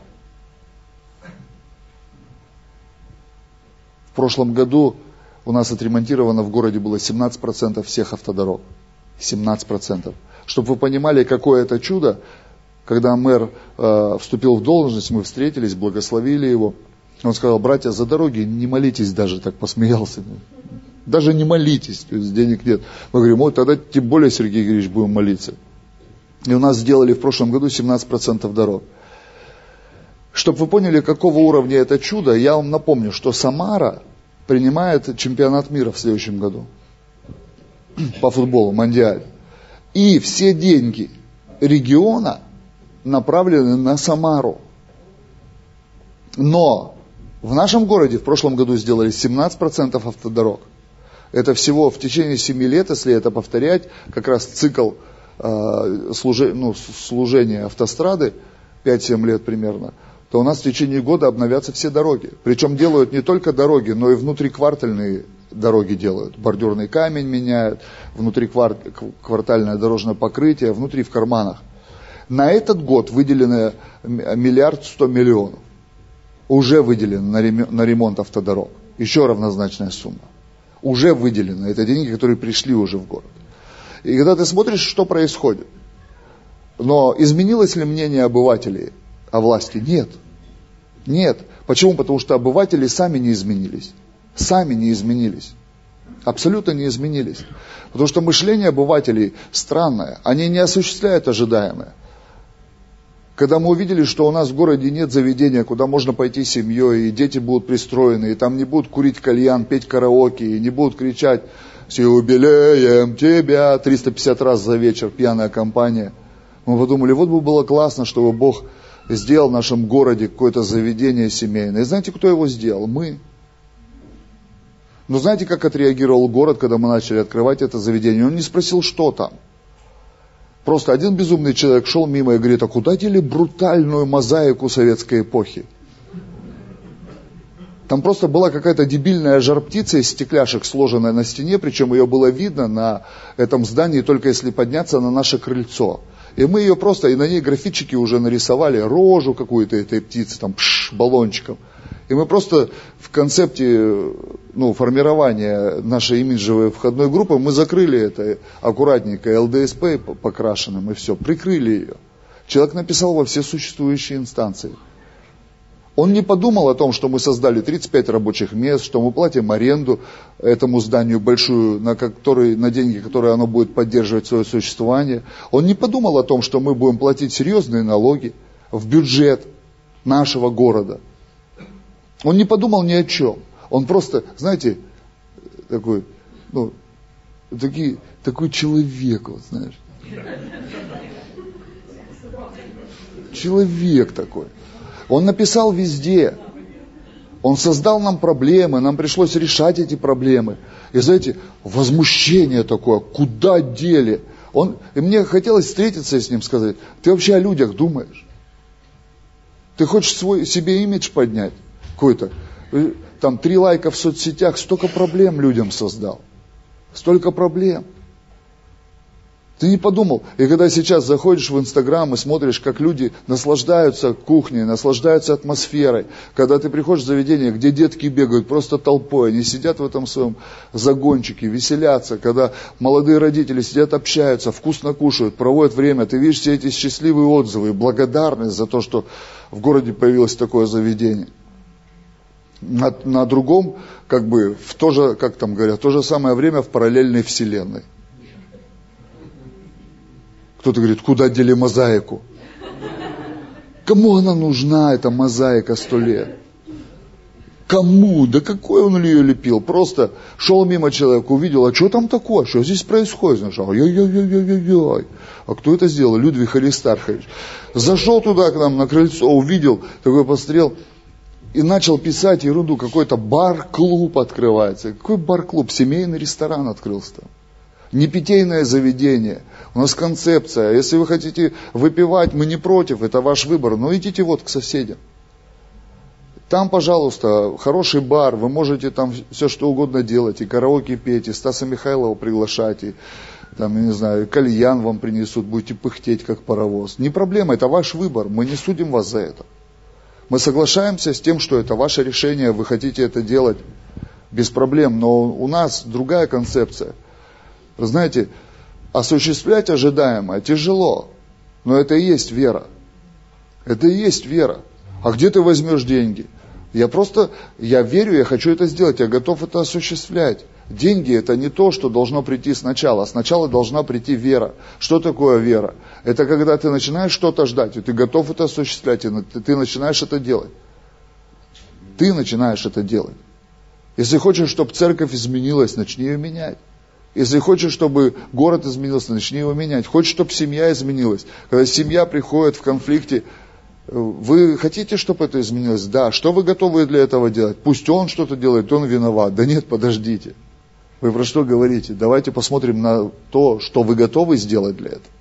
В прошлом году у нас отремонтировано в городе было семнадцать процентов всех автодорог. семнадцать процентов. Чтобы вы понимали, какое это чудо, когда мэр э, вступил в должность, мы встретились, благословили его. Он сказал, братья, за дороги не молитесь даже, так посмеялся. Даже не молитесь, то есть денег нет. Мы говорим, ой, тогда тем более, Сергей Григорьевич, будем молиться. И у нас сделали в прошлом году семнадцать процентов дорог. Чтобы вы поняли, какого уровня это чудо, я вам напомню, что Самара принимает чемпионат мира в следующем году. По футболу, Мондиаль. И все деньги региона направлены на Самару. Но в нашем городе в прошлом году сделали семнадцать процентов автодорог. Это всего в течение семи лет, если это повторять, как раз цикл э, служи, ну, служения автострады, пять-семь лет примерно, то у нас в течение года обновятся все дороги. Причем делают не только дороги, но и внутриквартальные дороги делают. Бордюрный камень меняют, внутриквартальное дорожное покрытие, внутри в карманах. На этот год выделено миллиард сто миллионов. Уже выделено на ремонт автодорог. Еще равнозначная сумма. Уже выделено. Это деньги, которые пришли уже в город. И когда ты смотришь, что происходит. Но изменилось ли мнение обывателей о власти? Нет. Нет. Почему? Потому что обыватели сами не изменились. Сами не изменились. Абсолютно не изменились. Потому что мышление обывателей странное. Они не осуществляют ожидаемое. Когда мы увидели, что у нас в городе нет заведения, куда можно пойти с семьей, и дети будут пристроены, и там не будут курить кальян, петь караоке, и не будут кричать «С юбилеем тебя!» триста пятьдесят раз за вечер, пьяная компания. Мы подумали, вот бы было классно, чтобы Бог сделал в нашем городе какое-то заведение семейное. И знаете, кто его сделал? Мы. Но знаете, как отреагировал город, когда мы начали открывать это заведение? Он не спросил, что там. Просто один безумный человек шел мимо и говорит, а куда дели брутальную мозаику советской эпохи? Там просто была какая-то дебильная жар-птица из стекляшек, сложенная на стене, причем ее было видно на этом здании, только если подняться на наше крыльцо. И мы ее просто, и на ней графитчики уже нарисовали рожу какую-то этой птицы, там, пш, баллончиком. И мы просто в концепте ну, формирования нашей имиджевой входной группы, мы закрыли это аккуратненько, эл дэ эс пэ покрашенным, и все, прикрыли ее. Человек написал во все существующие инстанции. Он не подумал о том, что мы создали тридцать пять рабочих мест, что мы платим аренду этому зданию большую, на, который, на деньги, которые оно будет поддерживать свое существование. Он не подумал о том, что мы будем платить серьезные налоги. в бюджет нашего города. Он не подумал ни о чем. Он просто, знаете, такой, ну, такой, такой человек, вот, знаешь. Человек такой. Он написал везде. Он создал нам проблемы, нам пришлось решать эти проблемы. И знаете, возмущение такое, куда дели? Он, и мне хотелось встретиться с ним, сказать, ты вообще о людях думаешь? Ты хочешь свой, себе имидж поднять какой-то? Там три лайка в соцсетях, столько проблем людям создал. Столько проблем. Ты не подумал. И когда сейчас заходишь в Инстаграм и смотришь, как люди наслаждаются кухней, наслаждаются атмосферой, когда ты приходишь в заведение, где детки бегают просто толпой, они сидят в этом своем загончике, веселятся, когда молодые родители сидят, общаются, вкусно кушают, проводят время, ты видишь все эти счастливые отзывы и благодарность за то, что в городе появилось такое заведение. На, на другом, как бы, в то же, как там говорят, в то же самое время в параллельной вселенной. Кто-то говорит, куда дели мозаику? Кому она нужна, эта мозаика сто лет? Кому? Да какой он ее лепил? Просто шел мимо человека, увидел, а что там такое? Что здесь происходит? Знаешь, ой-ой-ой-ой-ой-ой. А кто это сделал? Людвиг Аристархович. Зашел туда к нам на крыльцо, увидел, такой посмотрел и начал писать ерунду. Какой-то бар-клуб открывается. Какой бар-клуб? Семейный ресторан открылся там. Не питейное заведение. У нас концепция. Если вы хотите выпивать, мы не против, это ваш выбор. Но идите вот к соседям. Там, пожалуйста, хороший бар, вы можете там все что угодно делать. И караоке петь, и Стаса Михайлова приглашать, и там, я не знаю, кальян вам принесут, будете пыхтеть, как паровоз. Не проблема, это ваш выбор, мы не судим вас за это. Мы соглашаемся с тем, что это ваше решение, вы хотите это делать без проблем. Но у нас другая концепция. Вы знаете, осуществлять ожидаемое тяжело, но это и есть вера. Это и есть вера. А где ты возьмешь деньги? Я просто, я верю, я хочу это сделать, я готов это осуществлять. Деньги это не то, что должно прийти сначала. Сначала должна прийти вера. Что такое вера? Это когда ты начинаешь что-то ждать, и ты готов это осуществлять, и ты начинаешь это делать. Ты начинаешь это делать. Если хочешь, чтобы церковь изменилась, начни ее менять. Если хочешь, чтобы город изменился, начни его менять. Хочешь, чтобы семья изменилась. Когда семья приходит в конфликте, вы хотите, чтобы это изменилось? Да. Что вы готовы для этого делать? Пусть он что-то делает, он виноват. Да нет, подождите. Вы про что говорите? Давайте посмотрим на то, что вы готовы сделать для этого.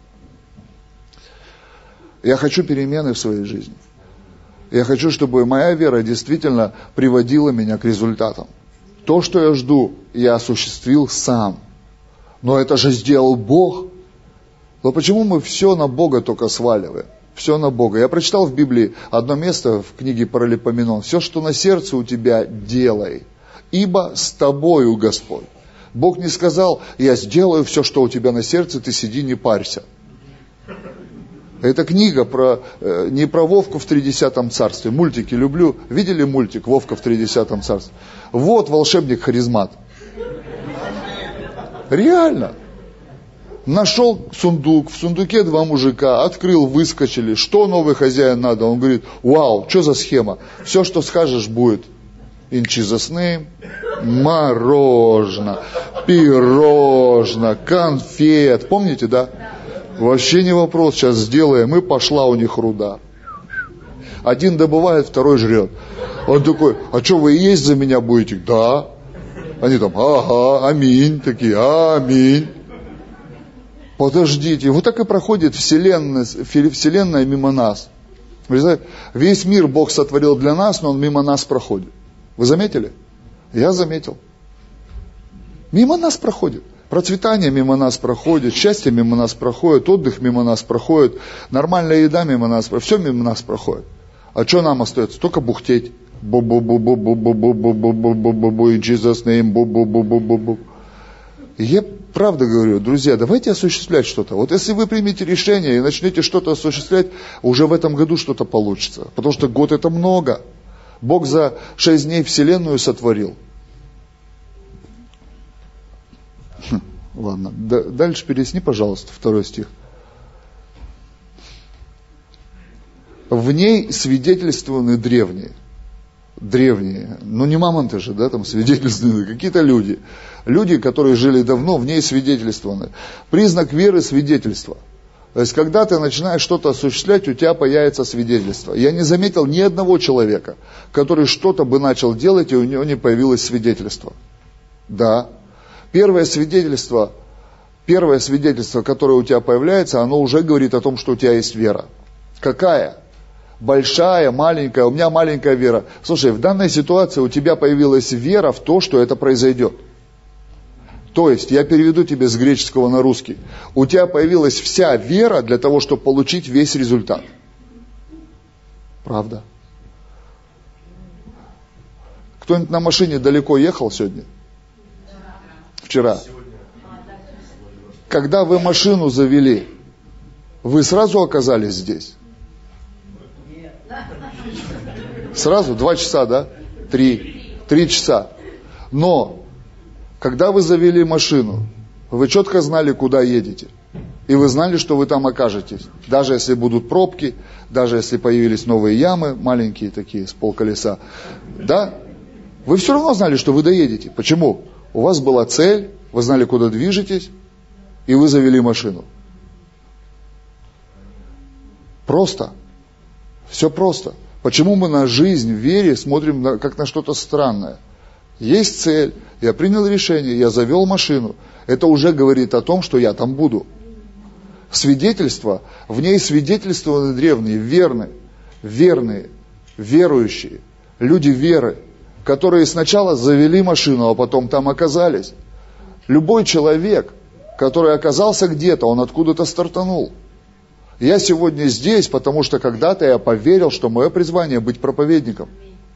Я хочу перемены в своей жизни. Я хочу, чтобы моя вера действительно приводила меня к результатам. То, что я жду, я осуществил сам. Но это же сделал Бог. Но почему мы все на Бога только сваливаем? Все на Бога. Я прочитал в Библии одно место в книге Паралипоменон. Все, что на сердце у тебя, делай. Ибо с тобою Господь. Бог не сказал, я сделаю все, что у тебя на сердце, ты сиди, не парься. Это книга про, не про Вовку в тридесятом царстве. Мультики люблю. Видели мультик Вовка в тридесятом царстве? Вот волшебник-харизмат. Реально. Нашел сундук, в сундуке два мужика, открыл, выскочили. Что новый хозяин надо? Он говорит, вау, что за схема? Все, что скажешь, будет. In Jesus name, мороженое, пирожное, конфет. Помните, да? Вообще не вопрос, сейчас сделаем, и пошла у них руда. Один добывает, второй жрет. Он такой, а что, вы и есть за меня будете? Да. Они там, ага, аминь, такие, аминь. Подождите, вот так и проходит вселенная, вселенная мимо нас. Вы знаете, весь мир Бог сотворил для нас, но он мимо нас проходит. Вы заметили? Я заметил. Мимо нас проходит. Процветание мимо нас проходит, счастье мимо нас проходит, отдых мимо нас проходит, нормальная еда мимо нас проходит, все мимо нас проходит. А что нам остается? Только бухтеть. Бу-бу-бу-бу-бу-бу-бу-бу-бу-бу-бу, in Jesus name, бу-бу-бу-бу-бу-бу. Я правда говорю, друзья, давайте осуществлять что-то. Вот если вы примете решение и начнете что-то осуществлять, уже в этом году что-то получится. Потому что год это много. Бог за шесть дней вселенную сотворил. Хм, ладно, Д- дальше пересни, пожалуйста, второй стих. В В ней свидетельствованы древние. Древние. Ну не мамонты же, да, там свидетельствованы, какие-то люди. Люди, которые жили давно, в ней свидетельствованы. Признак веры – свидетельство. То есть, когда ты начинаешь что-то осуществлять, у тебя появится свидетельство. Я не заметил ни одного человека, который что-то бы начал делать, и у него не появилось свидетельство. Да. Первое свидетельство, первое свидетельство, которое у тебя появляется, оно уже говорит о том, что у тебя есть вера. Какая? Большая, маленькая, у меня маленькая вера. Слушай, в данной ситуации у тебя появилась вера в то, что это произойдет. То есть, я переведу тебе с греческого на русский. У тебя появилась вся вера для того, чтобы получить весь результат. Правда? Кто-нибудь на машине далеко ехал сегодня? Вчера. Когда вы машину завели, вы сразу оказались здесь? Сразу? Два часа, да? Три. Три часа. Но когда вы завели машину, вы четко знали, куда едете. И вы знали, что вы там окажетесь. Даже если будут пробки, даже если появились новые ямы, маленькие такие, с полколеса. Да? Вы все равно знали, что вы доедете. Почему? У вас была цель, вы знали, куда движетесь, и вы завели машину. Просто. Все просто. Почему мы на жизнь в вере смотрим на, как на что-то странное? Есть цель, я принял решение, я завел машину. Это уже говорит о том, что я там буду. Свидетельство, в ней свидетельствованы древние, верные, верные, верующие, люди веры, которые сначала завели машину, а потом там оказались. Любой человек, который оказался где-то, он откуда-то стартанул. Я сегодня здесь, потому что когда-то я поверил, что мое призвание быть проповедником.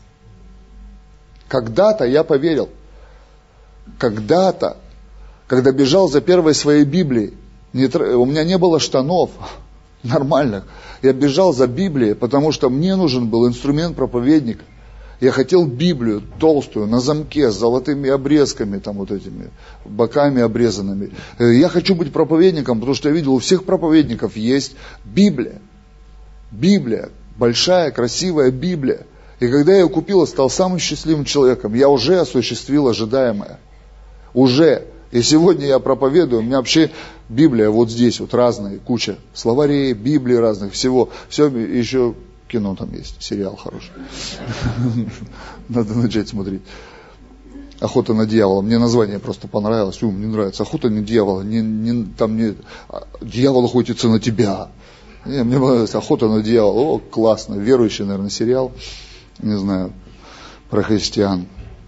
Когда-то я поверил. Когда-то, когда бежал за первой своей Библией, не, у меня не было штанов нормальных. Я бежал за Библией, потому что мне нужен был инструмент проповедника. Я хотел Библию толстую, на замке, с золотыми обрезками, там вот этими, боками обрезанными. Я хочу быть проповедником, потому что я видел, у всех проповедников есть Библия. Библия, большая, красивая Библия. И когда я ее купил, я стал самым счастливым человеком. Я уже осуществил ожидаемое. Уже. И сегодня я проповедую, у меня вообще Библия вот здесь, вот разные, куча словарей, Библии разных, всего. Все, еще кино там есть, сериал хороший. Надо начать смотреть. «Охота на дьявола». Мне название просто понравилось. Ум, мне нравится. «Охота на дьявола». Не, не, там не... Дьявол охотится на тебя. Не, мне понравилось «Охота на дьявола». О, классно. Верующий, наверное, сериал. Не знаю, про христиан.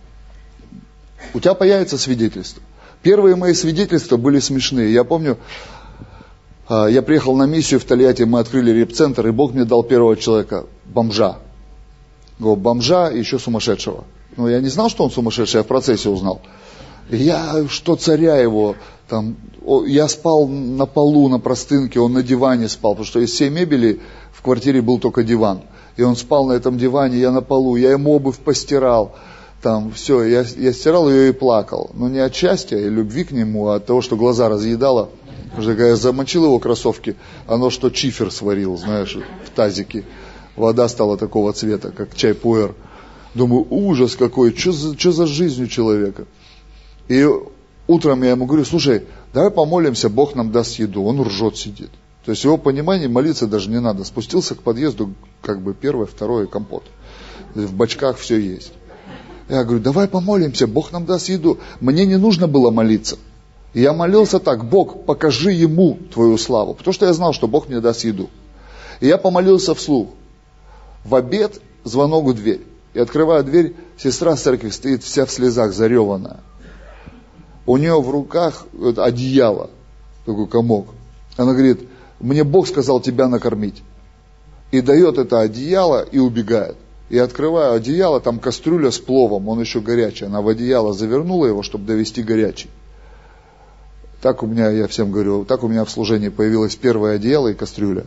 У тебя появится свидетельство. Первые мои свидетельства были смешные. Я помню, я приехал на миссию в Тольятти, мы открыли реп-центр, и Бог мне дал первого человека, бомжа. Говорю, бомжа и еще сумасшедшего. Но я не знал, что он сумасшедший, я в процессе узнал. И я, что царя его, там, я спал на полу, на простынке, он на диване спал, потому что из всей мебели в квартире был только диван. И он спал на этом диване, я на полу, я ему обувь постирал. Там все, я, я стирал ее и плакал. Но не от счастья и любви к нему, а от того, что глаза разъедало. Потому что когда я замочил его кроссовки, оно что чифер сварил, знаешь, в тазике. Вода стала такого цвета, как чай пуэр. Думаю, ужас какой, что за, что за жизнь у человека. И утром я ему говорю, слушай, давай помолимся, Бог нам даст еду. Он ржет, сидит. То есть в его понимании молиться даже не надо. Спустился к подъезду, как бы первое, второе, компот. В бачках все есть. Я говорю, давай помолимся, Бог нам даст еду. Мне не нужно было молиться. Я молился так, Бог, покажи ему твою славу. Потому что я знал, что Бог мне даст еду. И я помолился вслух. В обед звонок в дверь. И открываю дверь, сестра с церкви стоит вся в слезах, зареванная. У нее в руках одеяло, такой комок. Она говорит, мне Бог сказал тебя накормить. И дает это одеяло и убегает. И открываю одеяло, там кастрюля с пловом, он еще горячий. Она в одеяло завернула его, чтобы довести горячий. Так у меня, я всем говорю, так у меня в служении появилось первое одеяло и кастрюля.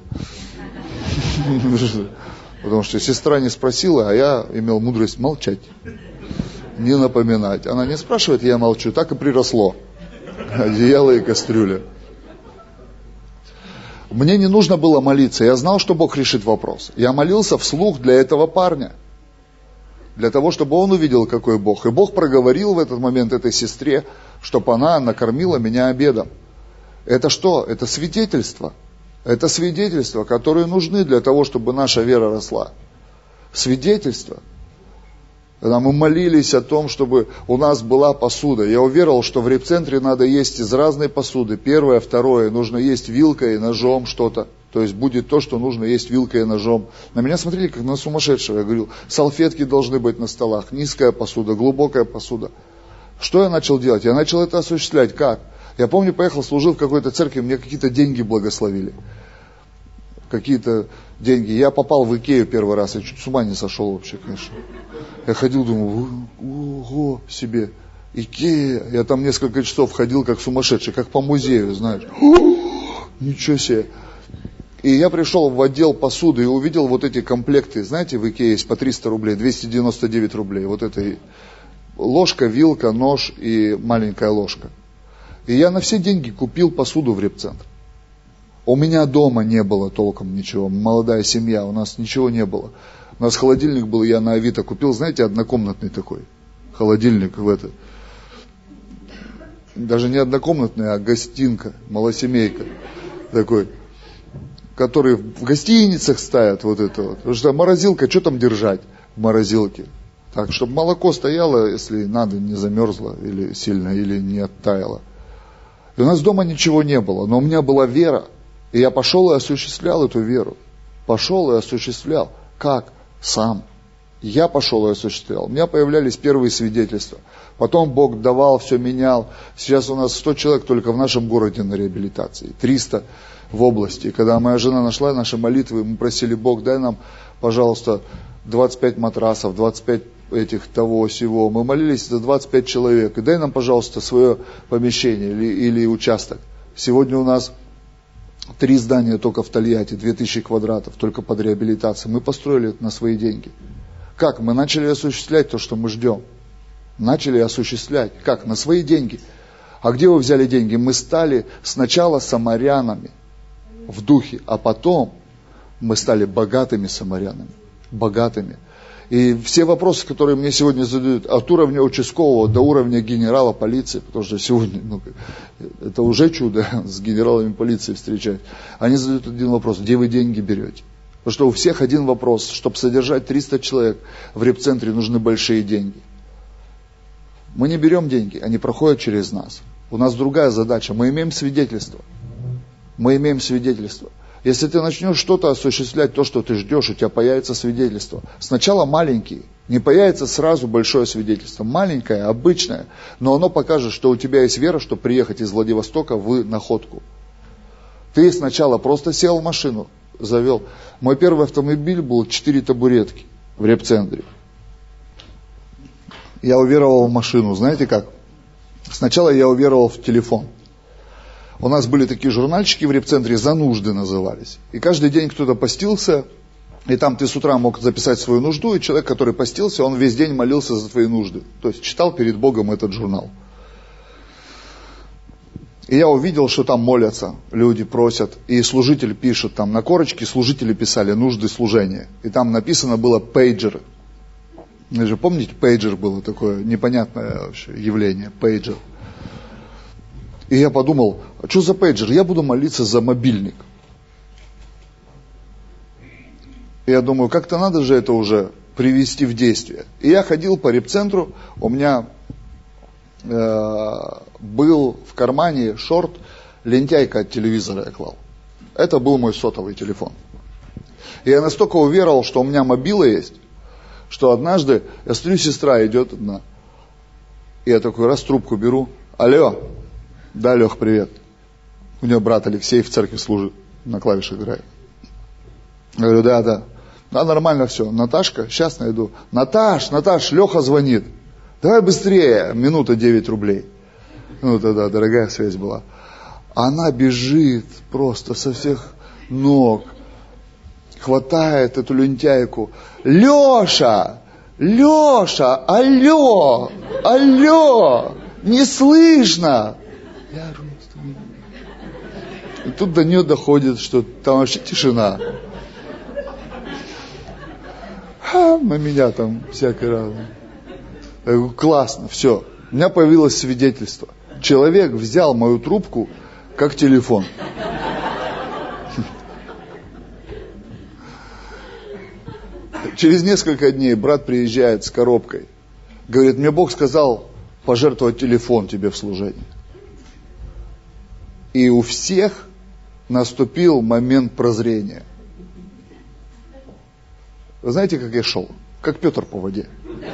Потому что сестра не спросила, а я имел мудрость молчать, не напоминать. Она не спрашивает, я молчу, так и приросло. Одеяло и кастрюля. Мне не нужно было молиться, я знал, что Бог решит вопрос. Я молился вслух для этого парня. Для того, чтобы он увидел, какой Бог. И Бог проговорил в этот момент этой сестре, чтобы она накормила меня обедом. Это что? Это свидетельство. Это свидетельства, которые нужны для того, чтобы наша вера росла. Свидетельство. Когда мы молились о том, чтобы у нас была посуда. Я уверовал, что в репцентре надо есть из разной посуды. Первое, второе. Нужно есть вилкой и ножом что-то. То есть будет то, что нужно есть вилкой и ножом. На меня смотрели как на сумасшедшего. Я говорил, салфетки должны быть на столах. Низкая посуда, глубокая посуда. Что я начал делать? Я начал это осуществлять. Как? Я помню, поехал, служил в какой-то церкви, мне какие-то деньги благословили. Какие-то деньги. Я попал в Икею первый раз, я чуть с ума не сошел вообще, конечно. Я ходил, думаю, ого, себе, Икея. Я там несколько часов ходил как сумасшедший, как по музею, знаешь. Ничего себе. И я пришел в отдел посуды и увидел вот эти комплекты. Знаете, в Икее есть по триста рублей, двести девяносто девять рублей. Вот это ложка, вилка, нож и маленькая ложка. И я на все деньги купил посуду в репцентр. У меня дома не было толком ничего. Молодая семья, у нас ничего не было. У нас холодильник был, я на Авито купил, знаете, однокомнатный такой. Холодильник в это. Даже не однокомнатный, а гостинка, малосемейка. Такой. Которые в гостиницах ставят вот это вот. Потому что морозилка, что там держать в морозилке? Так, чтобы молоко стояло, если надо, не замерзло или сильно, или не оттаяло. И у нас дома ничего не было, но у меня была вера. И я пошел и осуществлял эту веру. Пошел и осуществлял. Как? Сам. Я пошел и осуществлял. У меня появлялись первые свидетельства. Потом Бог давал, все менял. Сейчас у нас сто человек только в нашем городе на реабилитации. триста в области. И когда моя жена нашла наши молитвы, мы просили Бог, дай нам, пожалуйста, двадцать пять матрасов, двадцать пять этих того всего. Мы молились за двадцать пять человек. И дай нам, пожалуйста, свое помещение или, или участок. Сегодня у нас три здания только в Тольятти, две тысячи квадратов, только под реабилитацией. Мы построили это на свои деньги. Как? Мы начали осуществлять то, что мы ждем. Начали осуществлять. Как? На свои деньги. А где вы взяли деньги? Мы стали сначала самарянами в духе, а потом мы стали богатыми самарянами. Богатыми. И все вопросы, которые мне сегодня задают, от уровня участкового до уровня генерала полиции, потому что сегодня ну, это уже чудо с генералами полиции встречать, они задают один вопрос: где вы деньги берете? Потому что у всех один вопрос: чтобы содержать триста человек в репцентре, нужны большие деньги. Мы не берем деньги, они проходят через нас. У нас другая задача, мы имеем свидетельство. Мы имеем свидетельство. Если ты начнешь что-то осуществлять, то, что ты ждешь, у тебя появится свидетельство. Сначала маленькие, не появится сразу большое свидетельство. Маленькое, обычное, но оно покажет, что у тебя есть вера, чтобы приехать из Владивостока в Находку. Ты сначала просто сел в машину, завел. Мой первый автомобиль был четыре табуретки в репцентре. Я уверовал в машину, знаете как? Сначала я уверовал в телефон. У нас были такие журнальчики в репцентре, «За нужды» назывались. И каждый день кто-то постился, и там ты с утра мог записать свою нужду, и человек, который постился, он весь день молился за твои нужды. То есть читал перед Богом этот журнал. И я увидел, что там молятся, люди просят, и служитель пишет, там на корочке служители писали нужды служения. И там написано было «пейджер». Вы же помните, пейджер было такое непонятное вообще явление, пейджер. И я подумал, а что за пейджер? Я буду молиться за мобильник. И я думаю, как-то надо же это уже привести в действие. И я ходил по репцентру, у меня э, был в кармане шорт, лентяйка от телевизора я клал. Это был мой сотовый телефон. И я настолько уверовал, что у меня мобила есть, что однажды, я смотрю, сестра идет одна. И я такой раз трубку беру. Алло. Да, Лех, привет. У нее брат Алексей в церкви служит, на клавишах играет. Я говорю, да, да. Да, нормально все. Наташка, сейчас найду. Наташ, Наташ, Леха звонит. Давай быстрее. Минута девять рублей. Ну, тогда дорогая связь была. Она бежит просто со всех ног. Хватает эту лентяйку. Леша! Леша! Алло! Алло! Не слышно! Я И тут до нее доходит, что там вообще тишина. А, на меня там всякое разное. Я говорю, классно, все. У меня появилось свидетельство. Человек взял мою трубку как телефон. Через несколько дней брат приезжает с коробкой. Говорит, мне Бог сказал пожертвовать телефон тебе в служении. И у всех наступил момент прозрения. Вы знаете, как я шел? Как Петр по воде.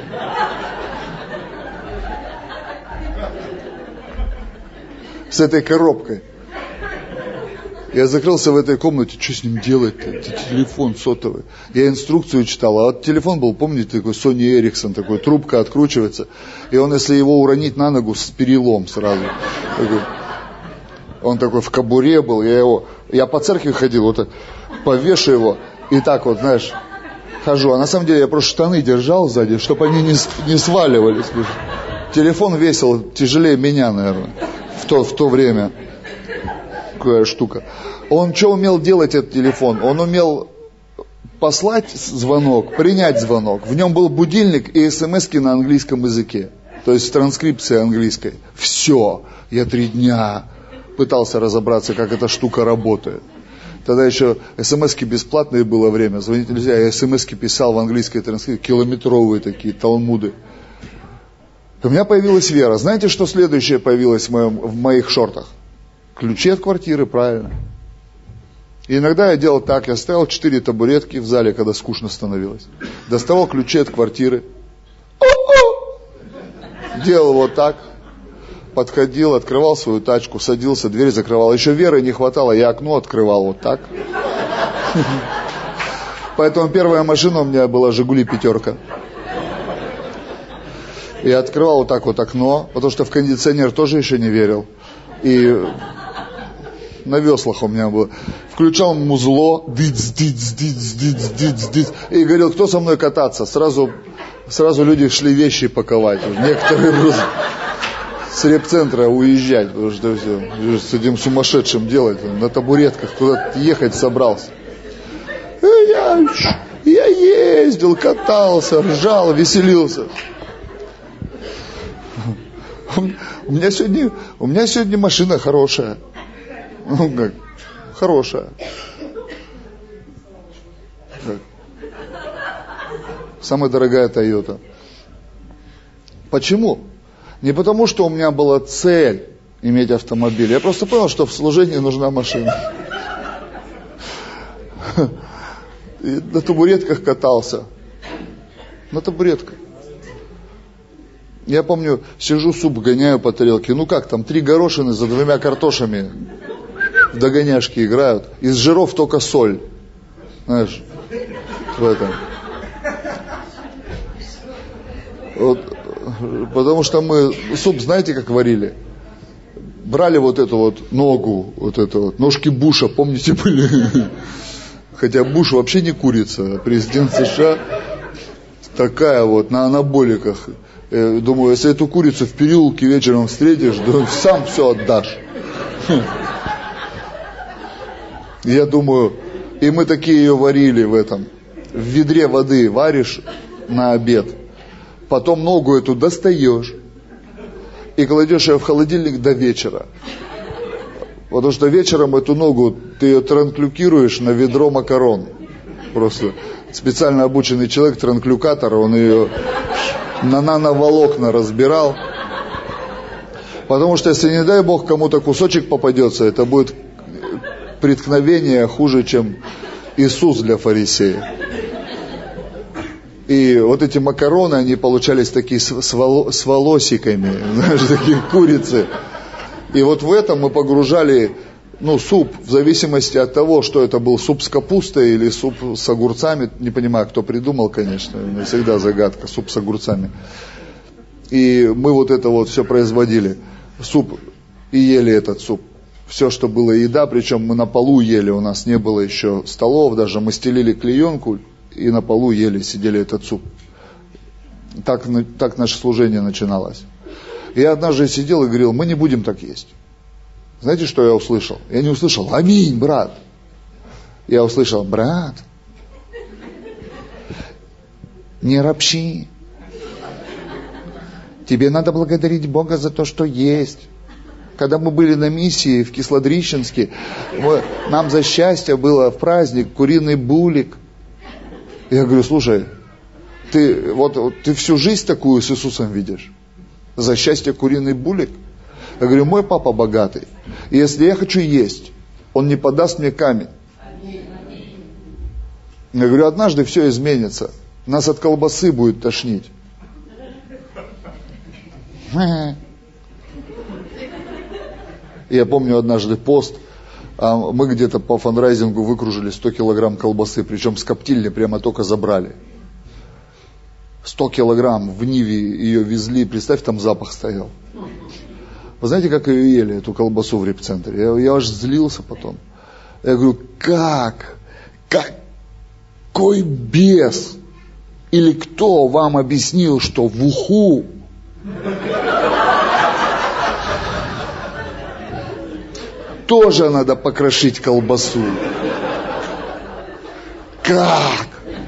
С этой коробкой. Я закрылся в этой комнате, что с ним делать-то? Телефон сотовый. Я инструкцию читал, а вот телефон был, помните, такой Sony Ericsson, такой, трубка откручивается, и он, если его уронить на ногу, с перелом сразу. Такой, он такой в кобуре был, я его, я по церкви ходил, вот так, повешу его, и так вот, знаешь, хожу. А на самом деле я просто штаны держал сзади, чтобы они не, не сваливались. Телефон весил тяжелее меня, наверное, в то, в то время. Такая штука. Он что умел делать, этот телефон? Он умел послать звонок, принять звонок. В нем был будильник и смс-ки на английском языке. То есть транскрипция английской. Все. Я три дня пытался разобраться, как эта штука работает. Тогда еще смс-ки бесплатные было время. Звонить нельзя. Я смс-ки писал в английской транскрипции. Километровые такие талмуды. У меня появилась вера. Знаете, что следующее появилось в, моем, в моих шортах? Ключи от квартиры, правильно. И иногда я делал так, я ставил четыре табуретки в зале, когда скучно становилось. Доставал ключи от квартиры. О-о! Делал вот так. Подходил, открывал свою тачку, садился, дверь закрывал. Еще веры не хватало, я окно открывал вот так. Поэтому первая машина у меня была «Жигули пятерка». Я открывал вот так вот окно, потому что в кондиционер тоже еще не верил. И на веслах у меня было. Включал музло, дыц, дыц, дыц, дыц, дыц, дыц, и говорил, кто со мной кататься. Сразу, сразу люди шли вещи паковать. Некоторые просто с репцентра уезжать, потому что все, с этим сумасшедшим делать, на табуретках куда-то ехать собрался. И я, я ездил, катался, ржал, веселился. У меня сегодня, у меня сегодня машина хорошая. Ну, как? Хорошая. Как? Самая дорогая Тойота. Почему? Не потому, что у меня была цель иметь автомобиль. Я просто понял, что в служении нужна машина. И на табуретках катался. На табуретках. Я помню, сижу, суп гоняю по тарелке. Ну как там, три горошины за двумя картошами в догоняшки играют. Из жиров только соль. Знаешь, в этом. Вот, потому что мы суп, знаете, как варили? Брали вот эту вот ногу, вот эту вот, ножки Буша, помните, были? Хотя Буш вообще не курица. Президент США такая вот, на анаболиках. Думаю, если эту курицу в переулке вечером встретишь, то сам все отдашь. Я думаю, и мы такие ее варили в этом. В ведре воды варишь на обед. Потом ногу эту достаешь. И кладешь ее в холодильник до вечера. Потому что вечером эту ногу ты ее транклюкируешь на ведро макарон. Просто специально обученный человек, транклюкатор, он ее на нановолокна разбирал. Потому что если, не дай Бог, кому-то кусочек попадется, это будет преткновение хуже, чем Иисус для фарисея. И вот эти макароны, они получались такие с, воло, с волосиками, знаешь, такие курицы. И вот в этом мы погружали, ну, суп, в зависимости от того, что это был суп с капустой или суп с огурцами. Не понимаю, кто придумал, конечно, у меня всегда загадка, суп с огурцами. И мы вот это вот все производили, суп, и ели этот суп. Все, что было еда, причем мы на полу ели, у нас не было еще столов даже, мы стелили клеенку и на полу ели, сидели этот суп. Так, так наше служение начиналось. Я однажды сидел и говорил, мы не будем так есть. Знаете, что я услышал? Я не услышал «Аминь, брат». Я услышал «Брат, не ропщи. Тебе надо благодарить Бога за то, что есть». Когда мы были на миссии в Кислодрищенске, мы, нам за счастье было в праздник куриный булик. Я говорю, слушай, ты, вот, вот, ты всю жизнь такую с Иисусом видишь? За счастье куриный булик? Я говорю, мой папа богатый. И если я хочу есть, он не подаст мне камень. Я говорю, однажды все изменится. Нас от колбасы будет тошнить. Я помню однажды пост, мы где-то по фандрайзингу выкружили сто килограмм колбасы, причем с коптильни прямо только забрали. сто килограмм в Ниве ее везли, представь, там запах стоял. Вы знаете, как ее ели, эту колбасу в репцентре? Я, я аж злился потом. Я говорю, как? Какой бес? Или кто вам объяснил, что в уху тоже надо покрошить колбасу? Как?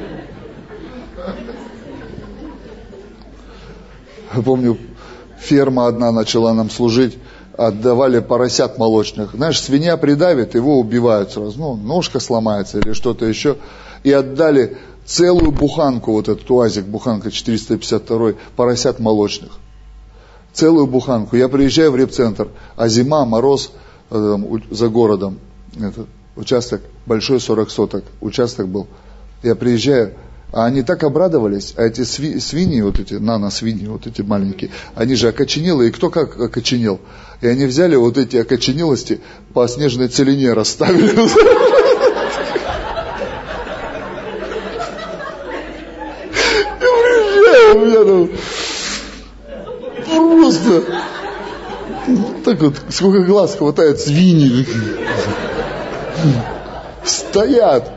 Я помню, ферма одна начала нам служить, отдавали поросят молочных. Знаешь, свинья придавит, его убивают сразу. Ну, ножка сломается или что-то еще. И отдали целую буханку, вот этот УАЗик, буханка четыреста пятьдесят два, поросят молочных. Целую буханку. Я приезжаю в репцентр, а зима, мороз, за городом, этот участок, большой сорок соток, участок был. Я приезжаю, а они так обрадовались, а эти сви, свиньи, вот эти нано-свиньи, вот эти маленькие, они же окоченелые, и кто как окоченел. И они взяли вот эти окоченелости, по снежной целине расставили. Я приезжаю, у меня там просто... Так вот, сколько глаз хватает, свиньи стоят.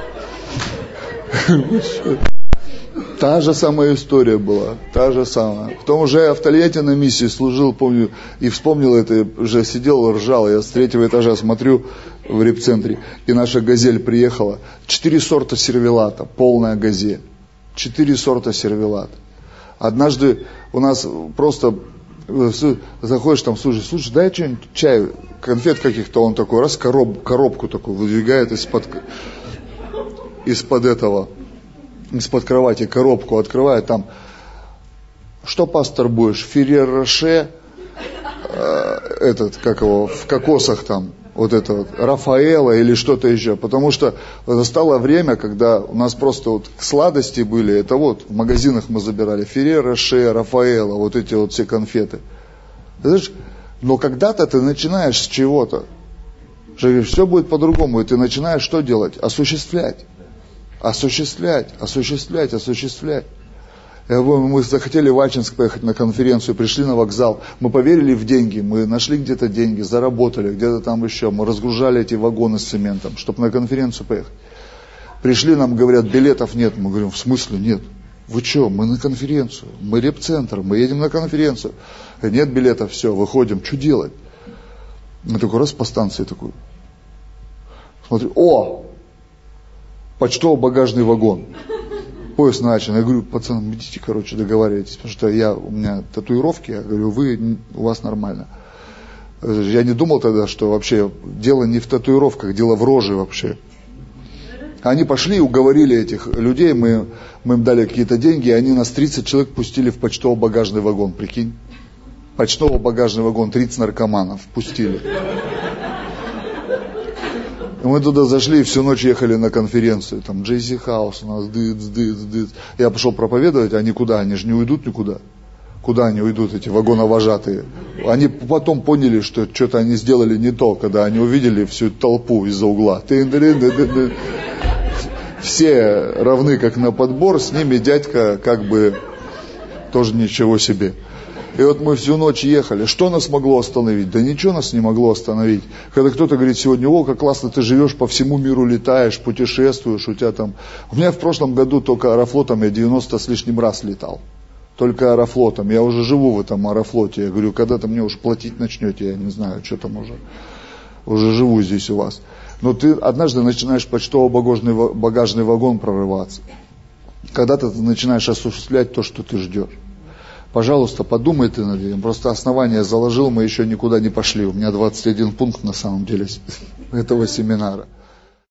Та же самая история была, та же самая. Потом уже я в Тольятти на миссии служил, помню, и вспомнил это, уже сидел, ржал. Я с третьего этажа смотрю в репцентре, и наша газель приехала. Четыре сорта сервелата, полная газель. Четыре сорта сервелата. Однажды у нас просто... Заходишь там, слушай, слушай, дай что-нибудь, чай, конфет каких-то, он такой, раз короб, коробку такую выдвигает из-под, из-под этого, из-под кровати, коробку открывает, там, что, пастор, будешь, Ферреро Роше, э, этот, как его, в кокосах там, вот это вот, Рафаэлло или что-то еще, потому что настало время, когда у нас просто вот сладости были, это вот в магазинах мы забирали Ферреро Роше, Рафаэлло, вот эти вот все конфеты. Знаешь, но когда-то ты начинаешь с чего-то, что все будет по-другому, и ты начинаешь что делать? Осуществлять, осуществлять, осуществлять, осуществлять. Я помню, мы захотели в Ачинск поехать на конференцию, пришли на вокзал, мы поверили в деньги, мы нашли где-то деньги, заработали, где-то там еще, мы разгружали эти вагоны с цементом, чтобы на конференцию поехать. Пришли, нам говорят, билетов нет, мы говорим, в смысле нет? Вы что, мы на конференцию, мы репцентр, мы едем на конференцию. Нет билетов, все, выходим, что делать? Мы такой раз по станции такой, смотрю, о, почтово-багажный вагон. Поезд начал. Я говорю, пацаны, идите, короче, договаривайтесь, потому что я, у меня татуировки, я говорю, вы, у вас нормально. Я не думал тогда, что вообще дело не в татуировках, дело в роже вообще. Они пошли, уговорили этих людей, мы, мы им дали какие-то деньги, и они нас тридцать человек пустили в почтово-багажный вагон, прикинь. Почтово-багажный вагон, тридцать наркоманов пустили. Мы туда зашли и всю ночь ехали на конференцию. Там Джейси Хаус у нас, дыц, дыц, дыц. Я пошел проповедовать, а они куда? Они же не уйдут никуда. Куда они уйдут, эти вагоновожатые? Они потом поняли, что что-то они сделали не то, когда они увидели всю толпу из-за угла. Все равны как на подбор, с ними дядька как бы тоже ничего себе. И вот мы всю ночь ехали. Что нас могло остановить? Да ничего нас не могло остановить. Когда кто-то говорит сегодня, о, как классно ты живешь, по всему миру летаешь, путешествуешь, у тебя там... У меня в прошлом году только Аэрофлотом я девяносто с лишним раз летал. только Аэрофлотом. Я уже живу в этом Аэрофлоте. Я говорю, когда-то мне уж платить начнете, я не знаю, что там уже. Уже живу здесь у вас. Но ты однажды начинаешь почтово-багажный багажный вагон прорываться. Когда-то ты начинаешь осуществлять то, что ты ждешь. Пожалуйста, подумай ты над этим. Просто основание заложил, мы еще никуда не пошли. У меня двадцать один пункт на самом деле этого семинара.